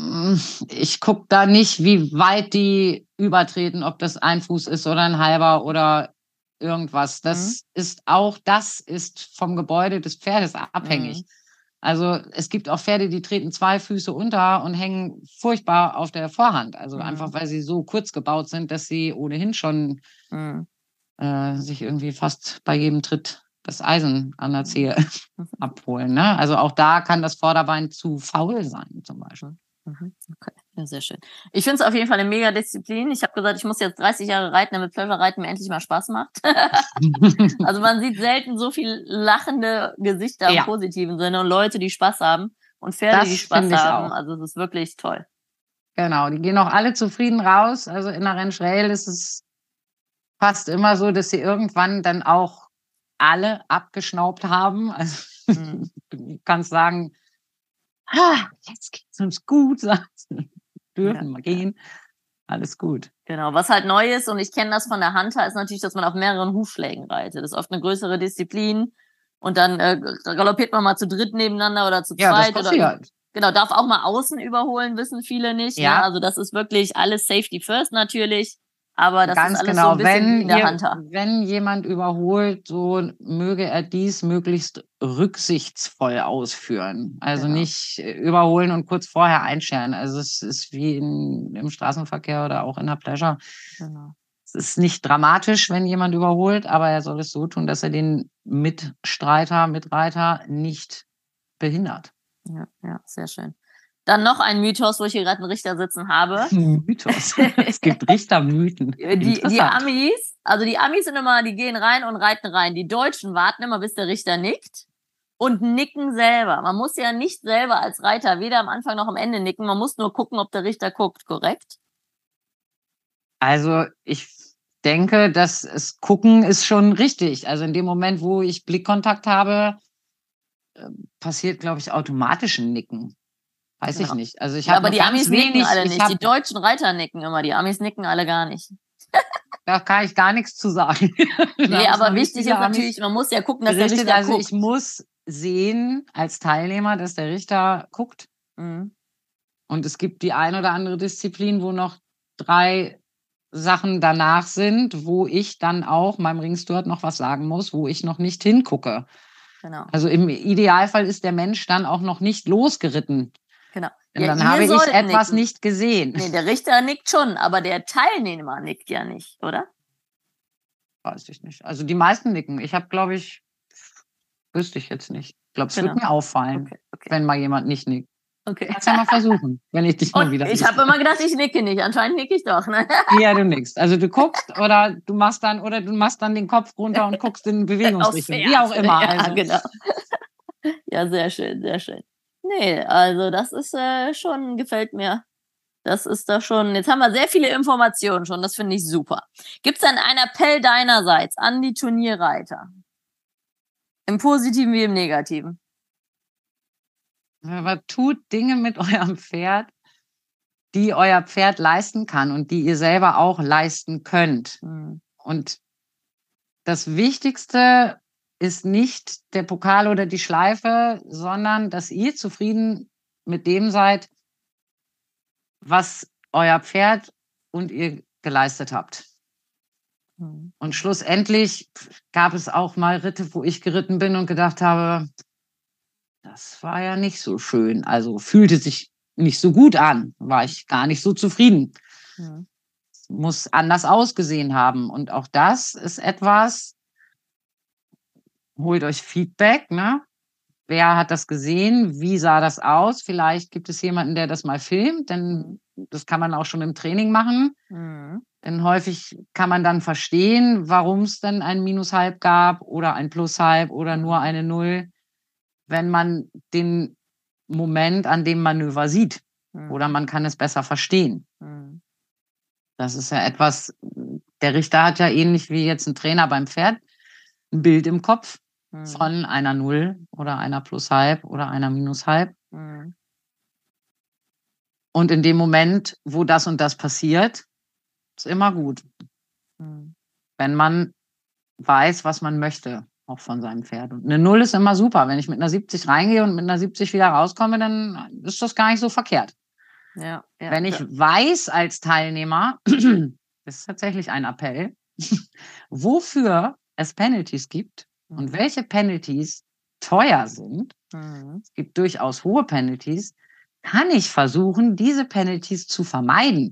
Ich gucke da nicht, wie weit die übertreten, ob das ein Fuß ist oder ein halber oder irgendwas. Das mhm. ist auch, das ist vom Gebäude des Pferdes abhängig. Mhm. Also es gibt auch Pferde, die treten zwei Füße unter und hängen furchtbar auf der Vorhand. Also mhm. einfach, weil sie so kurz gebaut sind, dass sie ohnehin schon mhm. äh, sich irgendwie fast bei jedem Tritt das Eisen an der Zehe mhm. abholen. Ne? Also auch da kann das Vorderbein zu faul sein zum Beispiel. Okay, ja, sehr schön. Ich finde es auf jeden Fall eine mega Disziplin. Ich habe gesagt, ich muss jetzt dreißig Jahre reiten, damit Pleasure-Reiten mir endlich mal Spaß macht. Also man sieht selten so viel lachende Gesichter ja. im positiven Sinne und Leute, die Spaß haben und Pferde, das die Spaß haben. Auch. Also es ist wirklich toll. Genau, die gehen auch alle zufrieden raus. Also in der Renntrail ist es fast immer so, dass sie irgendwann dann auch alle abgeschnaubt haben. Also mhm. du kannst sagen, ah, jetzt geht's uns gut, dürfen ja, wir gehen. Alles gut. Genau, was halt neu ist, und ich kenne das von der Hunter, ist natürlich, dass man auf mehreren Hufschlägen reitet. Das ist oft eine größere Disziplin. Und dann äh, galoppiert man mal zu dritt nebeneinander oder zu ja, zweit. Das passiert. Oder genau, darf auch mal außen überholen, wissen viele nicht. Ja. Ne? Also das ist wirklich alles Safety First natürlich. Aber das Ganz ist alles genau. so ein bisschen wenn wie in der ihr, Hunter. Wenn jemand überholt, so möge er dies möglichst rücksichtsvoll ausführen. Also genau. nicht überholen und kurz vorher einscheren. Also es ist wie in, im Straßenverkehr oder auch in der Pleasure. Genau. Es ist nicht dramatisch, wenn jemand überholt, aber er soll es so tun, dass er den Mitstreiter, Mitreiter nicht behindert. Ja, ja, sehr schön. Dann noch ein Mythos, wo ich hier gerade einen Richter sitzen habe. Mythos. Es gibt Richtermythen. Die, die Amis, also die Amis sind immer, die gehen rein und reiten rein. Die Deutschen warten immer, bis der Richter nickt und nicken selber. Man muss ja nicht selber als Reiter weder am Anfang noch am Ende nicken. Man muss nur gucken, ob der Richter guckt, korrekt? Also ich denke, dass es gucken ist schon richtig. Also in dem Moment, wo ich Blickkontakt habe, passiert, glaube ich, automatisch ein Nicken. Weiß genau. ich nicht. Also ich ja, habe aber die Amis wenig, nicken alle nicht. Hab, die deutschen Reiter nicken immer. Die Amis nicken alle gar nicht. Da kann ich gar nichts zu sagen. Nee, aber wichtig ist natürlich, man muss ja gucken, dass der Richter also guckt. Ich muss sehen als Teilnehmer, dass der Richter guckt. Mhm. Und es gibt die ein oder andere Disziplin, wo noch drei Sachen danach sind, wo ich dann auch meinem Ringsteward noch was sagen muss, wo ich noch nicht hingucke. Genau. Also im Idealfall ist der Mensch dann auch noch nicht losgeritten. Genau. Denn ja, dann habe ich etwas nicken. nicht gesehen. Nee, der Richter nickt schon, aber der Teilnehmer nickt ja nicht, oder? Weiß ich nicht. Also die meisten nicken. Ich habe, glaube ich, wüsste ich jetzt nicht. Ich glaube, es genau. wird mir auffallen, okay, okay. wenn mal jemand nicht nickt. Okay. Kannst ja mal versuchen, wenn ich dich mal Und wieder ich habe immer gedacht, ich nicke nicht. Anscheinend nicke ich doch. Ne? Ja, du nickst. Also du guckst oder du machst dann oder du machst dann den Kopf runter und guckst in Bewegungsrichtung. Wie auch immer. Ja, also. genau. Ja, sehr schön, sehr schön. Nee, also das ist äh, schon, gefällt mir. Das ist da schon, jetzt haben wir sehr viele Informationen schon, das finde ich super. Gibt es denn einen Appell deinerseits an die Turnierreiter? Im Positiven wie im Negativen? Aber tut Dinge mit eurem Pferd, die euer Pferd leisten kann und die ihr selber auch leisten könnt. Mhm. Und das Wichtigste ist nicht der Pokal oder die Schleife, sondern dass ihr zufrieden mit dem seid, was euer Pferd und ihr geleistet habt. Mhm. Und schlussendlich gab es auch mal Ritte, wo ich geritten bin und gedacht habe, das war ja nicht so schön. Also fühlte sich nicht so gut an, war ich gar nicht so zufrieden. Mhm. Muss anders ausgesehen haben. Und auch das ist etwas, holt euch Feedback, ne? wer hat das gesehen, wie sah das aus? Vielleicht gibt es jemanden, der das mal filmt, denn das kann man auch schon im Training machen. Mhm. Denn häufig kann man dann verstehen, warum es dann ein Minushalb gab oder ein Plushalb oder Mhm. nur eine Null, wenn man den Moment an dem Manöver sieht. Mhm. Oder man kann es besser verstehen. Mhm. Das ist ja etwas, der Richter hat ja ähnlich wie jetzt ein Trainer beim Pferd ein Bild im Kopf Mhm. von einer Null oder einer Plushalb oder einer Minushalb. Mhm. Und in dem Moment, wo das und das passiert, ist immer gut. Mhm. Wenn man weiß, was man möchte, auch von seinem Pferd. Und eine Null ist immer super. Wenn ich mit einer siebzig reingehe und mit einer siebzig wieder rauskomme, dann ist das gar nicht so verkehrt. Ja, ja, Wenn ich ja. weiß als Teilnehmer, das ist tatsächlich ein Appell, wofür es Penalties gibt und Mhm. welche Penalties teuer sind, Mhm. es gibt durchaus hohe Penalties, kann ich versuchen, diese Penalties zu vermeiden.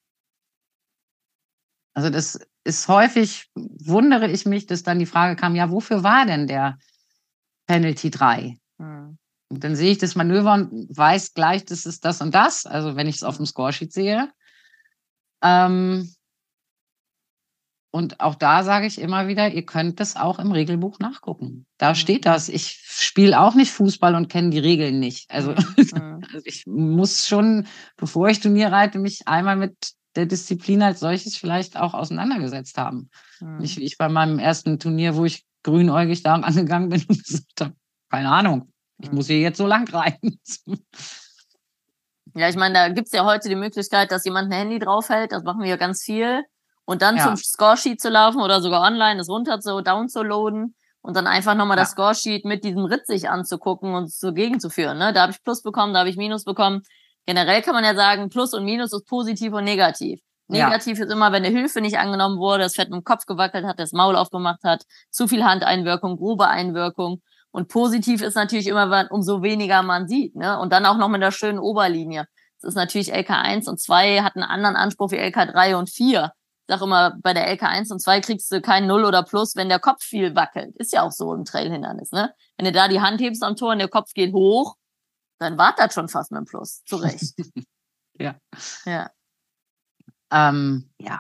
Also das ist häufig, wundere ich mich, dass dann die Frage kam, ja, wofür war denn der Penalty drei? Mhm. Und dann sehe ich das Manöver und weiß gleich, das ist das und das, also wenn ich es auf dem Scoresheet sehe. Ähm, und auch da sage ich immer wieder, ihr könnt das auch im Regelbuch nachgucken. Da Mhm. steht das. Ich spiele auch nicht Fußball und kenne die Regeln nicht. Also, Mhm. also ich muss schon, bevor ich Turnier reite, mich einmal mit der Disziplin als solches vielleicht auch auseinandergesetzt haben. Mhm. Nicht wie ich bei meinem ersten Turnier, wo ich grünäugig da angegangen bin und gesagt habe, keine Ahnung, ich muss hier jetzt so lang reiten. Ja, ich meine, da gibt's ja heute die Möglichkeit, dass jemand ein Handy draufhält, das machen wir ja ganz viel, und dann Ja. zum Scoresheet zu laufen oder sogar online das runter zu downzuladen und dann einfach nochmal Ja. das Scoresheet mit diesem Ritt sich anzugucken und so gegenzuführen. Ne? Da habe ich Plus bekommen, da habe ich Minus bekommen. Generell kann man ja sagen, Plus und Minus ist positiv und negativ. Ja. Negativ ist immer, wenn eine Hilfe nicht angenommen wurde, das Pferd mit dem Kopf gewackelt hat, das Maul aufgemacht hat, zu viel Handeinwirkung, grobe Einwirkung. Und positiv ist natürlich immer, wenn umso weniger man sieht, ne? Und dann auch noch mit der schönen Oberlinie. Das ist natürlich L K eins und zwei hat einen anderen Anspruch wie L K drei und vier. Ich sag immer, bei der L K eins und zwei kriegst du kein Null oder Plus, wenn der Kopf viel wackelt. Ist ja auch so im Trailhindernis, ne? Wenn du da die Hand hebst am Tor und der Kopf geht hoch, dann war das schon fast mit dem Plus. Zu Recht. Ja. Ja. Ähm, ja.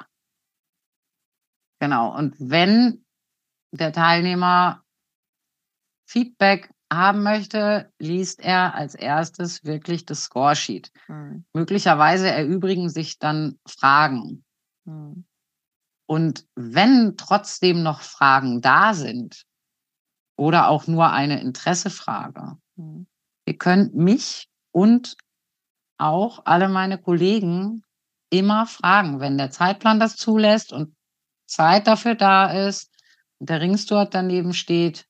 Genau. Und wenn der Teilnehmer Feedback haben möchte, liest er als erstes wirklich das Scoresheet. Mhm. Möglicherweise erübrigen sich dann Fragen. Mhm. Und wenn trotzdem noch Fragen da sind oder auch nur eine Interessefrage, Mhm. ihr könnt mich und auch alle meine Kollegen immer fragen, wenn der Zeitplan das zulässt und Zeit dafür da ist und der Ringssteward daneben steht,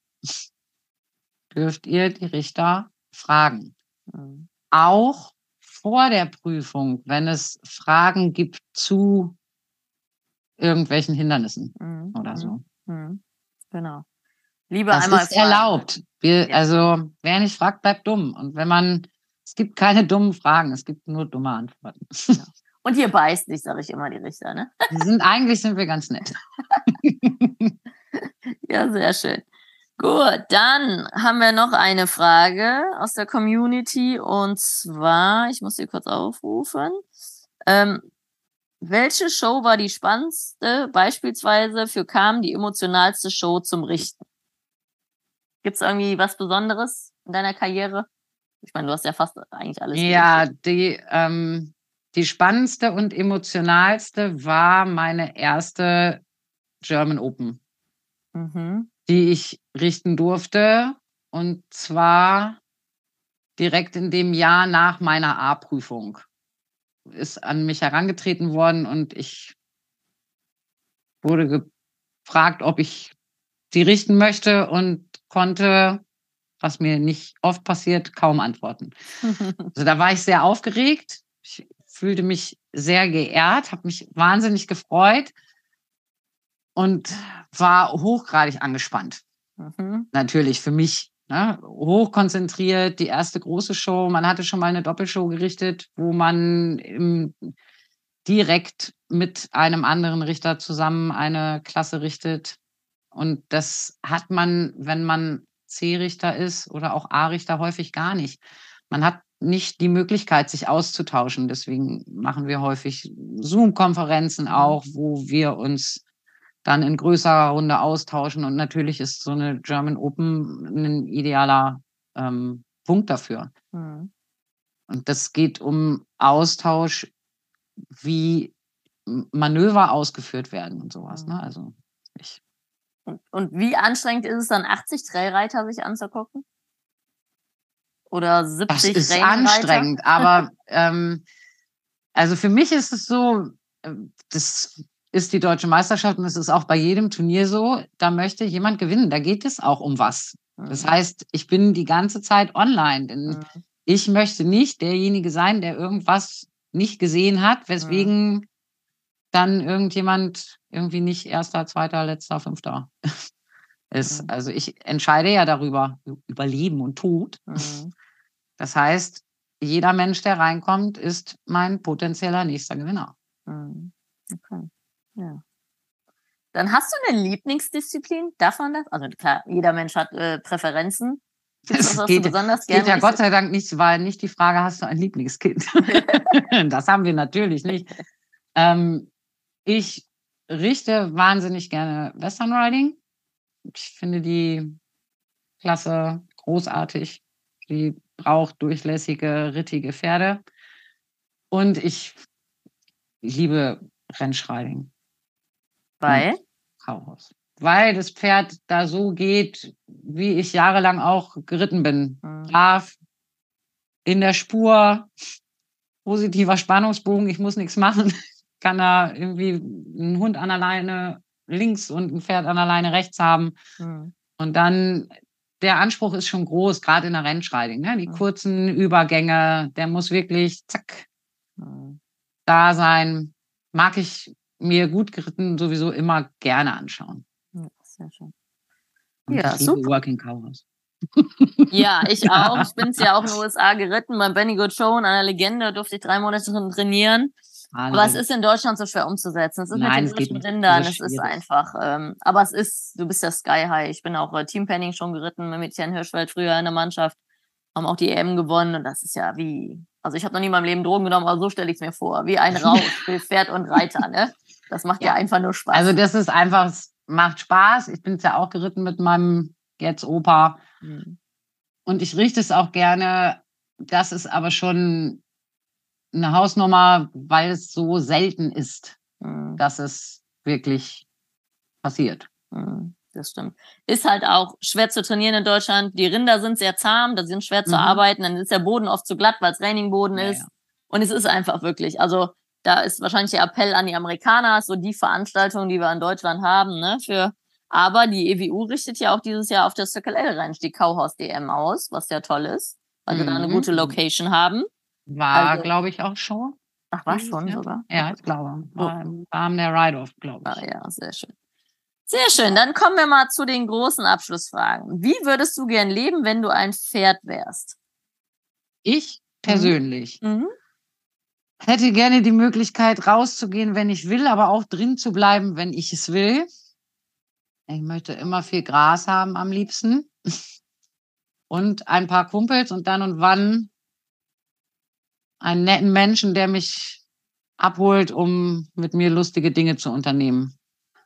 dürft ihr die Richter fragen. Mhm. Auch vor der Prüfung, wenn es Fragen gibt zu irgendwelchen Hindernissen Mhm. oder so. Mhm. Genau. Lieber Das einmal ist fragen. erlaubt. Wir, Ja. Also, wer nicht fragt, bleibt dumm. Und wenn man, es gibt keine dummen Fragen, es gibt nur dumme Antworten. Genau. Und ihr beißt nicht, sage ich immer, die Richter, ne? Die sind, eigentlich sind wir ganz nett. Ja, sehr schön. Gut, dann haben wir noch eine Frage aus der Community, und zwar, ich muss sie kurz aufrufen. Ähm, welche Show war die spannendste, beispielsweise für Carmen die emotionalste Show zum Richten? Gibt es irgendwie was Besonderes in deiner Karriere? Ich meine, du hast ja fast eigentlich alles Ja, gerichtet. die, ähm, die spannendste und emotionalste war meine erste German Open, Mhm. die ich richten durfte. Und zwar direkt in dem Jahr nach meiner A-Prüfung. Ist an mich herangetreten worden und ich wurde gefragt, ob ich die richten möchte und konnte, was mir nicht oft passiert, kaum antworten. Also da war ich sehr aufgeregt. Ich fühlte mich sehr geehrt, habe mich wahnsinnig gefreut und war hochgradig angespannt. Mhm. Natürlich für mich, ne? Hochkonzentriert, die erste große Show. Man hatte schon mal eine Doppelshow gerichtet, wo man im, direkt mit einem anderen Richter zusammen eine Klasse richtet. Und das hat man, wenn man C-Richter ist oder auch A-Richter häufig gar nicht. Man hat nicht die Möglichkeit, sich auszutauschen. Deswegen machen wir häufig Zoom-Konferenzen auch, wo wir uns dann in größerer Runde austauschen. Und natürlich ist so eine German Open ein idealer ähm, Punkt dafür. Mhm. Und das geht um Austausch, wie Manöver ausgeführt werden und sowas. Ne? Also ich. Und, und wie anstrengend ist es dann, achtzig Trailreiter sich anzugucken? Oder siebzig Das ist Rennreiter? anstrengend, aber ähm, also für mich ist es so, das ist die deutsche Meisterschaft und es ist auch bei jedem Turnier so, da möchte jemand gewinnen, da geht es auch um was. Mhm. Das heißt, ich bin die ganze Zeit online, denn mhm. ich möchte nicht derjenige sein, der irgendwas nicht gesehen hat, weswegen mhm. dann irgendjemand irgendwie nicht Erster, Zweiter, Letzter, Fünfter ist. Mhm. Also ich entscheide ja darüber, über Leben und Tod. Mhm. Das heißt, jeder Mensch, der reinkommt, ist mein potenzieller nächster Gewinner. Mhm. Okay. Ja. Dann hast du eine Lieblingsdisziplin? Darf man das? Also klar, jeder Mensch hat äh, Präferenzen. Gibt's was, was geht, du besonders es gerne geht ja Gott sei Dank nicht, weil nicht die Frage, hast du ein Lieblingskind? Das haben wir natürlich nicht. ähm, ich richte wahnsinnig gerne Western Riding. Ich finde die Klasse großartig. Die braucht durchlässige, rittige Pferde. Und ich liebe Rennschriding. Weil? Kauhaus. Weil das Pferd da so geht, wie ich jahrelang auch geritten bin. Mhm. Brav, in der Spur, positiver Spannungsbogen, ich muss nichts machen. Kann da irgendwie einen Hund an der Leine links und ein Pferd an der Leine rechts haben. Mhm. Und dann, der Anspruch ist schon groß, gerade in der Rennschriding. Ne? Die mhm. kurzen Übergänge, der muss wirklich zack mhm. da sein. Mag ich mir gut geritten sowieso immer gerne anschauen. Ja, sehr schön. Und ja, ich liebe super. Working Cowhouse. Ja, ich auch. Ich bin es ja auch in den U S A geritten. Beim Benny Goodshone, einer Legende, durfte ich drei Monate trainieren. Wahnsinn. Aber es ist in Deutschland so schwer umzusetzen. Es ist Nein, mit den deutschen Rindern, es ist einfach. Ähm, aber es ist, du bist ja Sky High. Ich bin auch äh, Teampenning schon geritten mit Etienne Hirschfeld früher in der Mannschaft. Haben auch die E M gewonnen und das ist ja wie, also ich habe noch nie in meinem Leben Drogen genommen, aber so stelle ich es mir vor. Wie ein Rausch für Pferd und Reiter, ne? Das macht ja. ja einfach nur Spaß. Also das ist einfach, es macht Spaß. Ich bin es ja auch geritten mit meinem jetzt Opa. Mhm. Und ich richte es auch gerne. Das ist aber schon eine Hausnummer, weil es so selten ist, mhm. dass es wirklich passiert. Mhm, das stimmt. Ist halt auch schwer zu trainieren in Deutschland. Die Rinder sind sehr zahm, da sind schwer mhm. zu arbeiten. Dann ist der Boden oft zu glatt, weil es Trainingboden ja, ist. Ja. Und es ist einfach wirklich, also da ist wahrscheinlich der Appell an die Amerikaner, so die Veranstaltungen, die wir in Deutschland haben, ne, für aber die E W U richtet ja auch dieses Jahr auf das Circle L-Ranch die Cowhouse D M aus, was ja toll ist, weil mhm. wir da eine gute Location haben. War, also, glaube ich, auch schon. Ach, war schon Jahr? Sogar? Ja, ich glaube. War im Rahmen der Ride-Off, glaube ich. Ah, ja, sehr schön. Sehr schön. Dann kommen wir mal zu den großen Abschlussfragen. Wie würdest du gern leben, wenn du ein Pferd wärst? Ich persönlich mhm. hätte gerne die Möglichkeit, rauszugehen, wenn ich will, aber auch drin zu bleiben, wenn ich es will. Ich möchte immer viel Gras haben am liebsten und ein paar Kumpels und dann und wann einen netten Menschen, der mich abholt, um mit mir lustige Dinge zu unternehmen.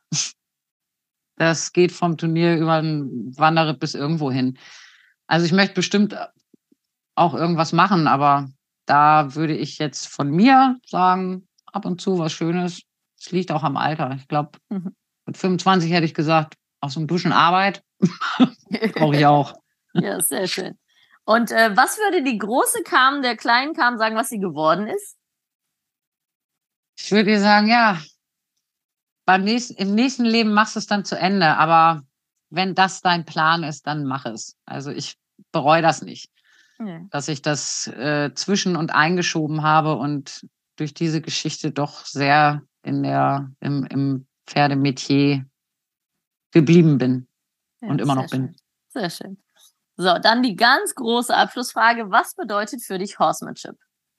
Das geht vom Turnier über einen Wanderritt bis irgendwo hin. Also ich möchte bestimmt auch irgendwas machen, aber da würde ich jetzt von mir sagen, ab und zu was Schönes. Es liegt auch am Alter. Ich glaube, mhm. mit fünfundzwanzig hätte ich gesagt, auch so ein bisschen Arbeit brauche ich auch. Ja, sehr schön. Und äh, was würde die große Carmen der kleinen Carmen sagen, was sie geworden ist? Ich würde ihr sagen, ja, beim nächsten, im nächsten Leben machst du es dann zu Ende. Aber wenn das dein Plan ist, dann mach es. Also ich bereue das nicht, ja. dass ich das äh, zwischen und eingeschoben habe und durch diese Geschichte doch sehr in der, im, im Pferdemetier geblieben bin ja, und immer noch bin. Schön. Sehr schön. So, dann die ganz große Abschlussfrage. Was bedeutet für dich Horsemanship?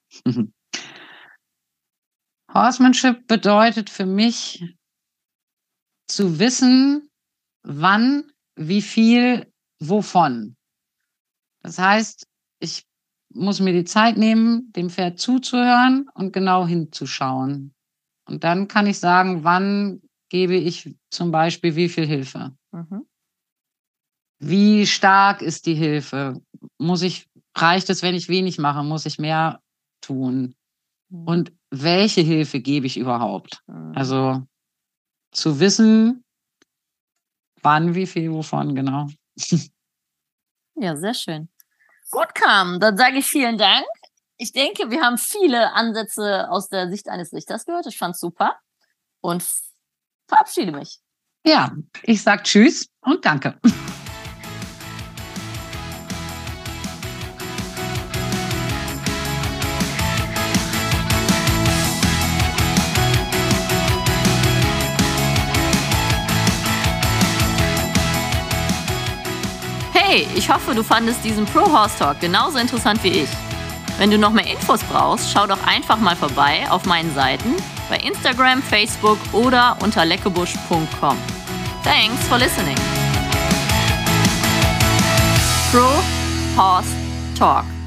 Horsemanship bedeutet für mich zu wissen, wann, wie viel wovon. Das heißt, ich muss mir die Zeit nehmen, dem Pferd zuzuhören und genau hinzuschauen. Und dann kann ich sagen, wann gebe ich zum Beispiel wie viel Hilfe. Mhm. Wie stark ist die Hilfe? Muss ich, reicht es, wenn ich wenig mache? Muss ich mehr tun? Mhm. Und welche Hilfe gebe ich überhaupt? Mhm. Also zu wissen, wann, wie viel, wovon, genau. Ja, sehr schön. Gut, Carmen, dann sage ich vielen Dank. Ich denke, wir haben viele Ansätze aus der Sicht eines Richters gehört. Ich fand's super und verabschiede mich. Ja, ich sag Tschüss und danke. Hey, ich hoffe, du fandest diesen Pro Horse Talk genauso interessant wie ich. Wenn du noch mehr Infos brauchst, schau doch einfach mal vorbei auf meinen Seiten bei Instagram, Facebook oder unter leckebusch punkt com. Thanks for listening. Pro Horse Talk.